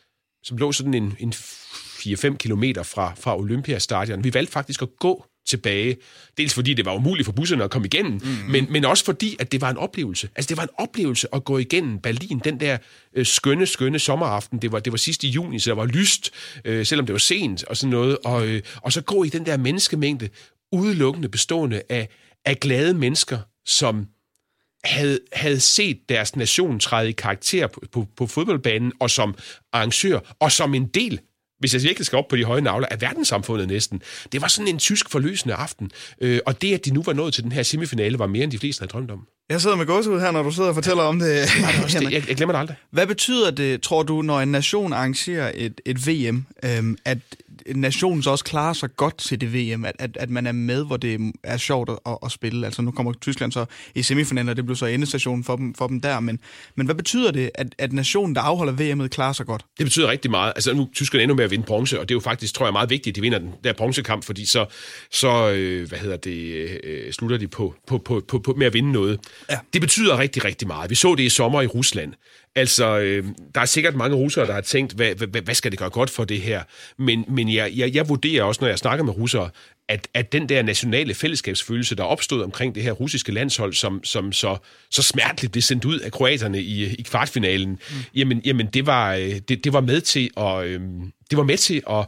som lå sådan en, en fire fem kilometer fra, fra Olympiastadion. Vi valgte faktisk at gå tilbage. Dels fordi det var umuligt for busserne at komme igennem, mm-hmm. men, men også fordi, at det var en oplevelse. Altså, det var en oplevelse at gå igennem Berlin, den der øh, skønne, skønne sommeraften. Det var, det var sidst i juni, så der var lyst, øh, selvom det var sent og sådan noget. Og, øh, og så gå i den der menneskemængde, udelukkende bestående af, af glade mennesker, som havde, havde set deres nation træde i karakter på, på, på fodboldbanen, og som arrangør, og som en del, hvis jeg virkelig skal op på de høje navler, af verdenssamfundet næsten. Det var sådan en tysk forløsende aften. Øh, og det, at de nu var nået til den her semifinale, var mere end de fleste havde drømt om. Jeg sidder med gåsehud her, når du sidder og fortæller om det. det, det jeg, jeg glemmer det aldrig. Hvad betyder det, tror du, når en nation arrangerer et, et V M, øhm, at nationen så også klarer sig godt til det V M, at, at, at man er med, hvor det er sjovt at, at spille? Altså nu kommer Tyskland så i semifinalen, og det blev så endestationen for dem, for dem der. Men, men hvad betyder det, at, at nationen, der afholder V M'et, klarer sig godt? Det betyder rigtig meget. Altså nu Tyskland endnu med at vinde bronze, og det er jo faktisk, tror jeg, meget vigtigt, at de vinder den der bronzekamp, fordi så, så øh, hvad hedder det, øh, slutter de på, på, på, på, på med at vinde noget. Ja. Det betyder rigtig, rigtig meget. Vi så det i sommer i Rusland. Altså, øh, der er sikkert mange russere, der har tænkt, hvad, hvad, hvad skal det gøre godt for det her? Men, men jeg, jeg, jeg vurderer også, når jeg snakker med russere, at, at den der nationale fællesskabsfølelse, der opstod omkring det her russiske landshold, som, som så, så smerteligt blev sendt ud af kroaterne i, i kvartfinalen, mm. jamen, jamen det, var, det, det var med til at, øh, det var med til at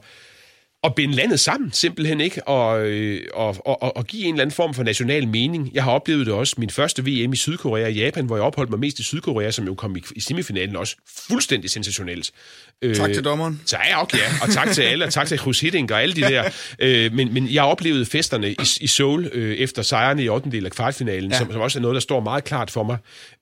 og binde landet sammen, simpelthen ikke, og, og, og, og give en eller anden form for national mening. Jeg har oplevet det også, min første V M i Sydkorea og Japan, hvor jeg opholdt mig mest i Sydkorea, som jo kom i, i semifinalen også. Fuldstændig sensationelt. Tak til dommeren. Så ja, okay, ja. Og tak til alle, og tak til Chris Hiddink og alle de der. Øh, men, men jeg oplevede festerne i, i Seoul øh, efter sejrene i ottendedel af kvartfinalen, ja. som, som også er noget, der står meget klart for mig.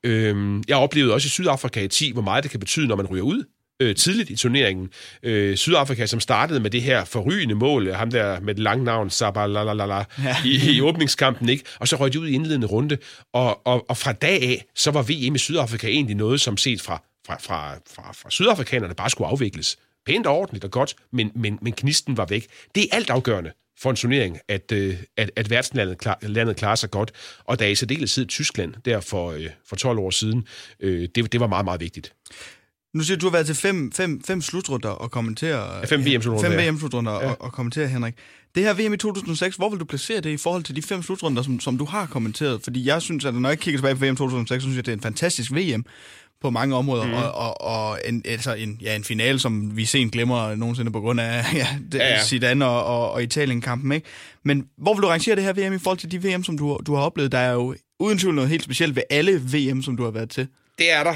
Øh, jeg oplevede også i Sydafrika i ti, hvor meget det kan betyde, når man ryger ud Øh, tidligt i turneringen. Øh, Sydafrika, som startede med det her forrygende mål, ham der med det lange navn, Sabalalala, ja. i, i åbningskampen, ikke? Og så røg de ud i indledende runde, og, og, og fra dag af, så var V M i Sydafrika egentlig noget, som set fra, fra, fra, fra, fra sydafrikanerne bare skulle afvikles. Pænt og ordentligt og godt, men, men, men knisten var væk. Det er alt afgørende for en turnering, at, at, at værtslandet klar, landet klarer sig godt, og da i særdeleshed Tyskland, der for, for tolv år siden, øh, det, det var meget, meget vigtigt. Nu siger du, du har været til fem, fem, fem slutrunder og kommentere... Ja, fem V M-slutrunder, Fem V M-slutrunder ja. og, og kommentere, Henrik. Det her V M i to tusind og seks, hvor vil du placere det i forhold til de fem slutrunder, som, som du har kommenteret? Fordi jeg synes, at når jeg kigger tilbage på V M to tusind og seks, så synes jeg, at det er en fantastisk V M på mange områder, mm. og, og, og en, altså en, ja, en finale, som vi sent glemmer nogensinde på grund af ja, det, ja, ja. Zidane og, og, og Italien-kampen, ikke? Men hvor vil du rangere det her V M i forhold til de V M, som du, du har oplevet? Der er jo uden tvivl noget helt specielt ved alle V M, som du har været til. Det er der.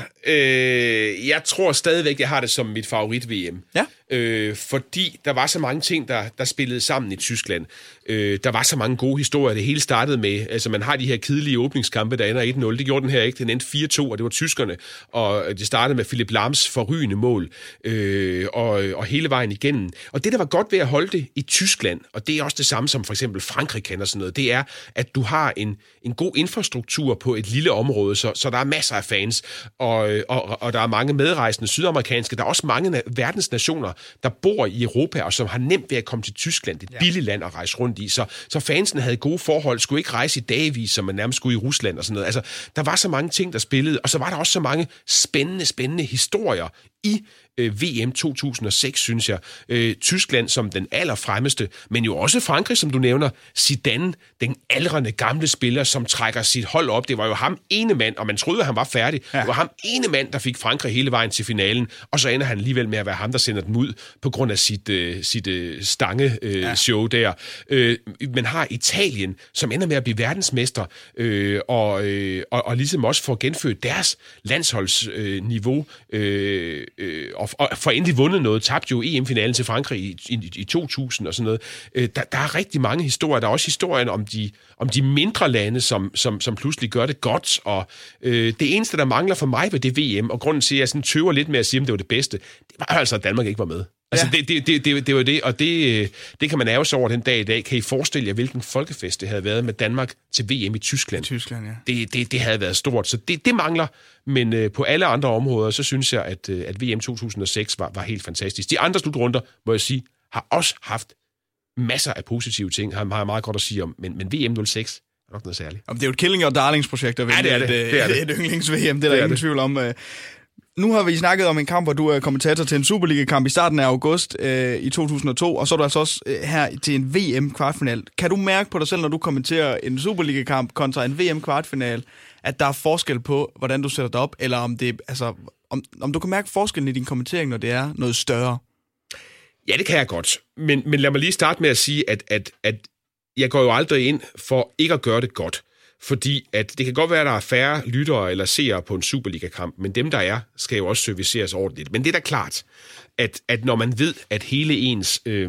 Øh, jeg tror stadigvæk, jeg har det som mit favorit-V M. Ja. Øh, fordi der var så mange ting, der, der spillede sammen i Tyskland. Øh, der var så mange gode historier. Det hele startede med, altså man har de her kedelige åbningskampe, der ender et nul. Det gjorde den her ikke. Den endte fire to, og det var tyskerne. Og det startede med Philipp Lahms forrygende mål. Øh, og, og hele vejen igennem. Og det, der var godt ved at holde det i Tyskland, og det er også det samme som for eksempel Frankrig kan og sådan noget, det er, at du har en, en god infrastruktur på et lille område, så, så der er masser af fans. Og, og, og der er mange medrejsende sydamerikanske. Der er også mange verdensnationer, der bor i Europa, og som har nemt ved at komme til Tyskland. Det er et ja. billigt land at rejse rundt i. Så, så fansen havde gode forhold, skulle ikke rejse i dagvis, som man nærmest skulle i Rusland og sådan noget. Altså, der var så mange ting, der spillede, og så var der også så mange spændende, spændende historier i øh, V M to tusind og seks, synes jeg. Øh, Tyskland som den allerfremmeste, men jo også Frankrig, som du nævner. Zidane, den aldrende gamle spiller, som trækker sit hold op. Det var jo ham ene mand, og man troede, at han var færdig. Ja. Det var ham ene mand, der fik Frankrig hele vejen til finalen, og så ender han alligevel med at være ham, der sender dem ud på grund af sit, øh, sit øh, stange-show øh, ja. der. Øh, man har Italien, som ender med at blive verdensmester, øh, og, øh, og, og ligesom også får genfødt deres landsholdsniveau, øh, øh, og, og får endelig vundet noget. Tabte jo E M-finalen til Frankrig i, i, i to tusind og sådan noget. Øh, der, der er rigtig mange historier. Der er også historien om de, om de mindre lande, som, som, som pludselig gør det godt, og øh, det eneste, der mangler for mig ved det V M, og grunden til, at jeg sådan tøver lidt med at sige, om det var det bedste, det var altså, at Danmark ikke var med. Altså, ja. det, det, det, det, det var det, og det, det kan man ærge sig over den dag i dag. Kan I forestille jer, hvilken folkefest det havde været med Danmark til V M i Tyskland? Tyskland, ja. Det, det, det havde været stort, så det, det mangler. Men øh, på alle andre områder, så synes jeg, at, øh, at V M to tusind og seks var, var helt fantastisk. De andre slutrunder, må jeg sige, har også haft masser af positive ting, har, har meget godt at sige om, men, men V M nul seks er nok noget særligt. Jamen, det er jo et killing- og darlingsprojekt at vinde ja, det er det. et, det er det. et yndlings-V M, det er der det er ingen det. tvivl om. Nu har vi snakket om en kamp, hvor du er kommentator til en Superliga-kamp i starten af august øh, i to tusind og to, og så er du altså også øh, her til en V M-kvartfinal. Kan du mærke på dig selv, når du kommenterer en Superliga-kamp kontra en V M-kvartfinal, at der er forskel på, hvordan du sætter dig op, eller om, det, altså, om, om du kan mærke forskellen i din kommentering, når det er noget større? Ja, det kan jeg godt. Men, men lad mig lige starte med at sige, at, at, at jeg går jo aldrig ind for ikke at gøre det godt. Fordi at det kan godt være, at der er færre lyttere eller seere på en Superliga-kamp, men dem, der er, skal jo også serviceres ordentligt. Men det er da klart, at, at når man ved, at hele ens, øh,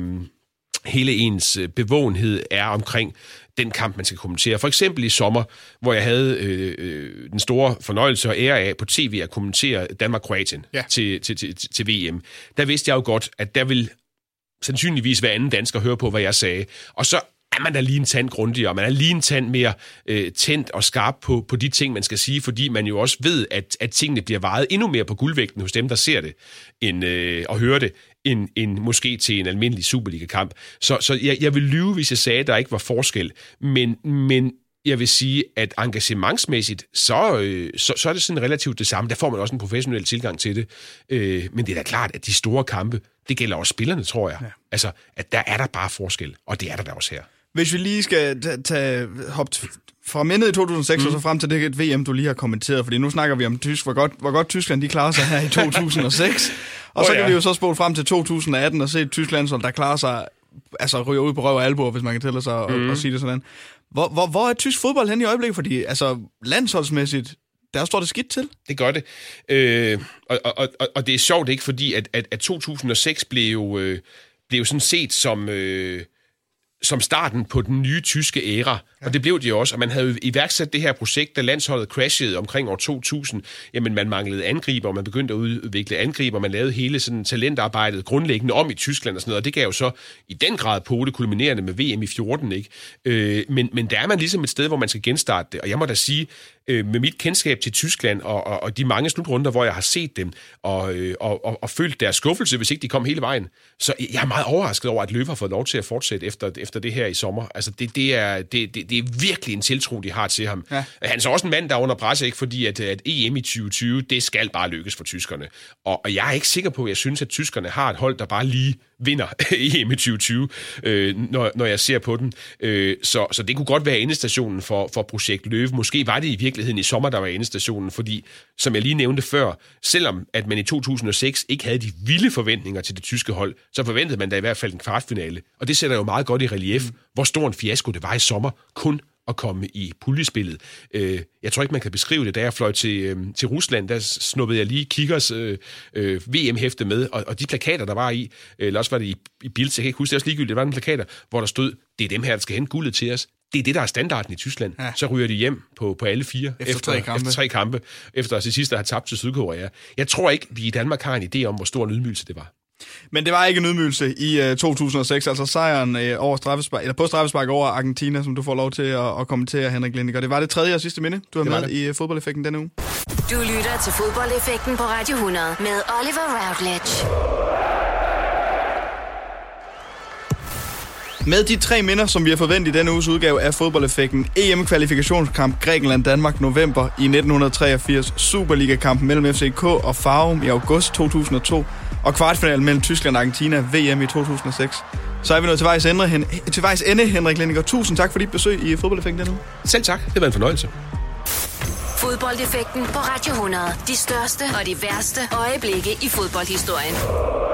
hele ens bevågenhed er omkring den kamp, man skal kommentere. For eksempel i sommer, hvor jeg havde øh, den store fornøjelse og ære af på tv at kommentere Danmark-Kroatien ja. til, til, til, til V M. Der vidste jeg jo godt, at der vil sandsynligvis hver anden dansker høre på, hvad jeg sagde. Og så er man da lige en tand grundigere, og man er lige en tand mere øh, tændt og skarp på, på de ting, man skal sige, fordi man jo også ved, at, at tingene bliver vejet endnu mere på guldvægten hos dem, der ser det end, øh, og hører det, end, end måske til en almindelig Superliga-kamp. Så, så jeg, jeg vil lyve, hvis jeg sagde, at der ikke var forskel, men, men jeg vil sige, at engagementsmæssigt, så, øh, så, så er det sådan relativt det samme. Der får man også en professionel tilgang til det. Øh, men det er da klart, at de store kampe, det gælder også spillerne, tror jeg. Ja. Altså, at der er der bare forskel, og det er der da også her. Hvis vi lige skal tage, hoppe fra mindet i to tusind og seks mm. og så frem til det V M, du lige har kommenteret, fordi nu snakker vi om tysk, hvor godt, hvor godt Tyskland de klarer sig her i to tusind og seks. Og oh, så kan ja. vi jo så spole frem til to tusind og atten og se et tysk landshold, der klarer sig, altså ryger ud på røv og albuer, hvis man kan tælle sig og, mm. og sige det sådan. Hvor, hvor, hvor er tysk fodbold hen i øjeblikket? Fordi altså, landsholdsmæssigt, der står det skidt til. Det gør det. Øh, og, og, og, og det er sjovt, ikke? Fordi at, at, at to tusind og seks blev jo, øh, blev jo sådan set som... Øh, som starten på den nye tyske æra, ja. Og det blev det jo også, og man havde jo iværksat det her projekt, da landsholdet crashede omkring år to tusind. Jamen, man manglede angriber, og man begyndte at udvikle angriber, man lavede hele sådan talentarbejdet grundlæggende om i Tyskland og sådan noget, og det gav jo så i den grad på det, kulminerende med V M i fjorten, ikke? Øh, men, men der er man ligesom et sted, hvor man skal genstarte det, og jeg må da sige, øh, med mit kendskab til Tyskland, og, og, og de mange slutrunder, hvor jeg har set dem, og, øh, og, og, og følt deres skuffelse, hvis ikke de kom hele vejen, så jeg er meget overrasket over, at Löw har fået lov til at fortsætte efter, efter det her i sommer. Altså, det, det, er, det, det, det er virkelig en tiltro, de har til ham. Ja. Han er så også en mand, der er under pres, ikke? Fordi at, at E M i tyve tyve, det skal bare lykkes for tyskerne. Og, og jeg er ikke sikker på, at jeg synes, at tyskerne har et hold, der bare lige vinder E M i tyve tyve, øh, når, når jeg ser på den. Øh, så, så det kunne godt være endestationen for, for projekt Löw. Måske var det i virkeligheden i sommer, der var endestationen, fordi, som jeg lige nævnte før, selvom at man i to tusind og seks ikke havde de vilde forventninger til det tyske hold, så forventede man da i hvert fald en kvartfinale. Og det sætter jo meget godt i relief, mm. hvor stor en fiasko det var i sommer, kun at komme i puljespillet. Øh, jeg tror ikke, man kan beskrive det. Da jeg fløj til, øh, til Rusland, der snuppede jeg lige Kickers øh, øh, V M-hæfte med, og, og de plakater, der var i, øh, eller også var det i, i Bild, jeg kan ikke huske, det er også ligegyldigt, det var nogle plakater, hvor der stod, det er dem her, der skal hente guldet til os. Det er det, der er standarden i Tyskland. Ja. Så ryger de hjem på, på alle fire efter, efter, tre kampe. efter tre kampe, efter til sidst at have tabt til Sydkorea. Jeg tror ikke, vi i Danmark har en idé om, hvor stor en ydmygelse det var. Men det var ikke en ydmygelse i uh, to tusind og seks, altså sejren uh, over straffespark, eller på straffespark over Argentina, som du får lov til at, at kommentere, Henrik Lindiger. Det var det tredje og sidste minde, du har med det. i uh, Fodboldeffekten denne uge. Du lytter til Fodboldeffekten på Radio hundrede med Oliver Routledge. Med de tre minder, som vi har forventet i denne uges udgave af Fodboldeffekten, E M-kvalifikationskamp Grækenland-Danmark november i nitten treogfirs, Superliga-kampen mellem F C K og Farum i august to tusind og to, og kvartfinalen mellem Tyskland og Argentina V M i to tusind og seks. Så er vi nået til vejs ende, Hen- til vejs ende Henrik Lindinger. Tusind tak for dit besøg i Fodboldeffekten denne uge. Selv tak, det var en fornøjelse. Fodboldeffekten på Radio hundrede. De største og de værste øjeblikke i fodboldhistorien.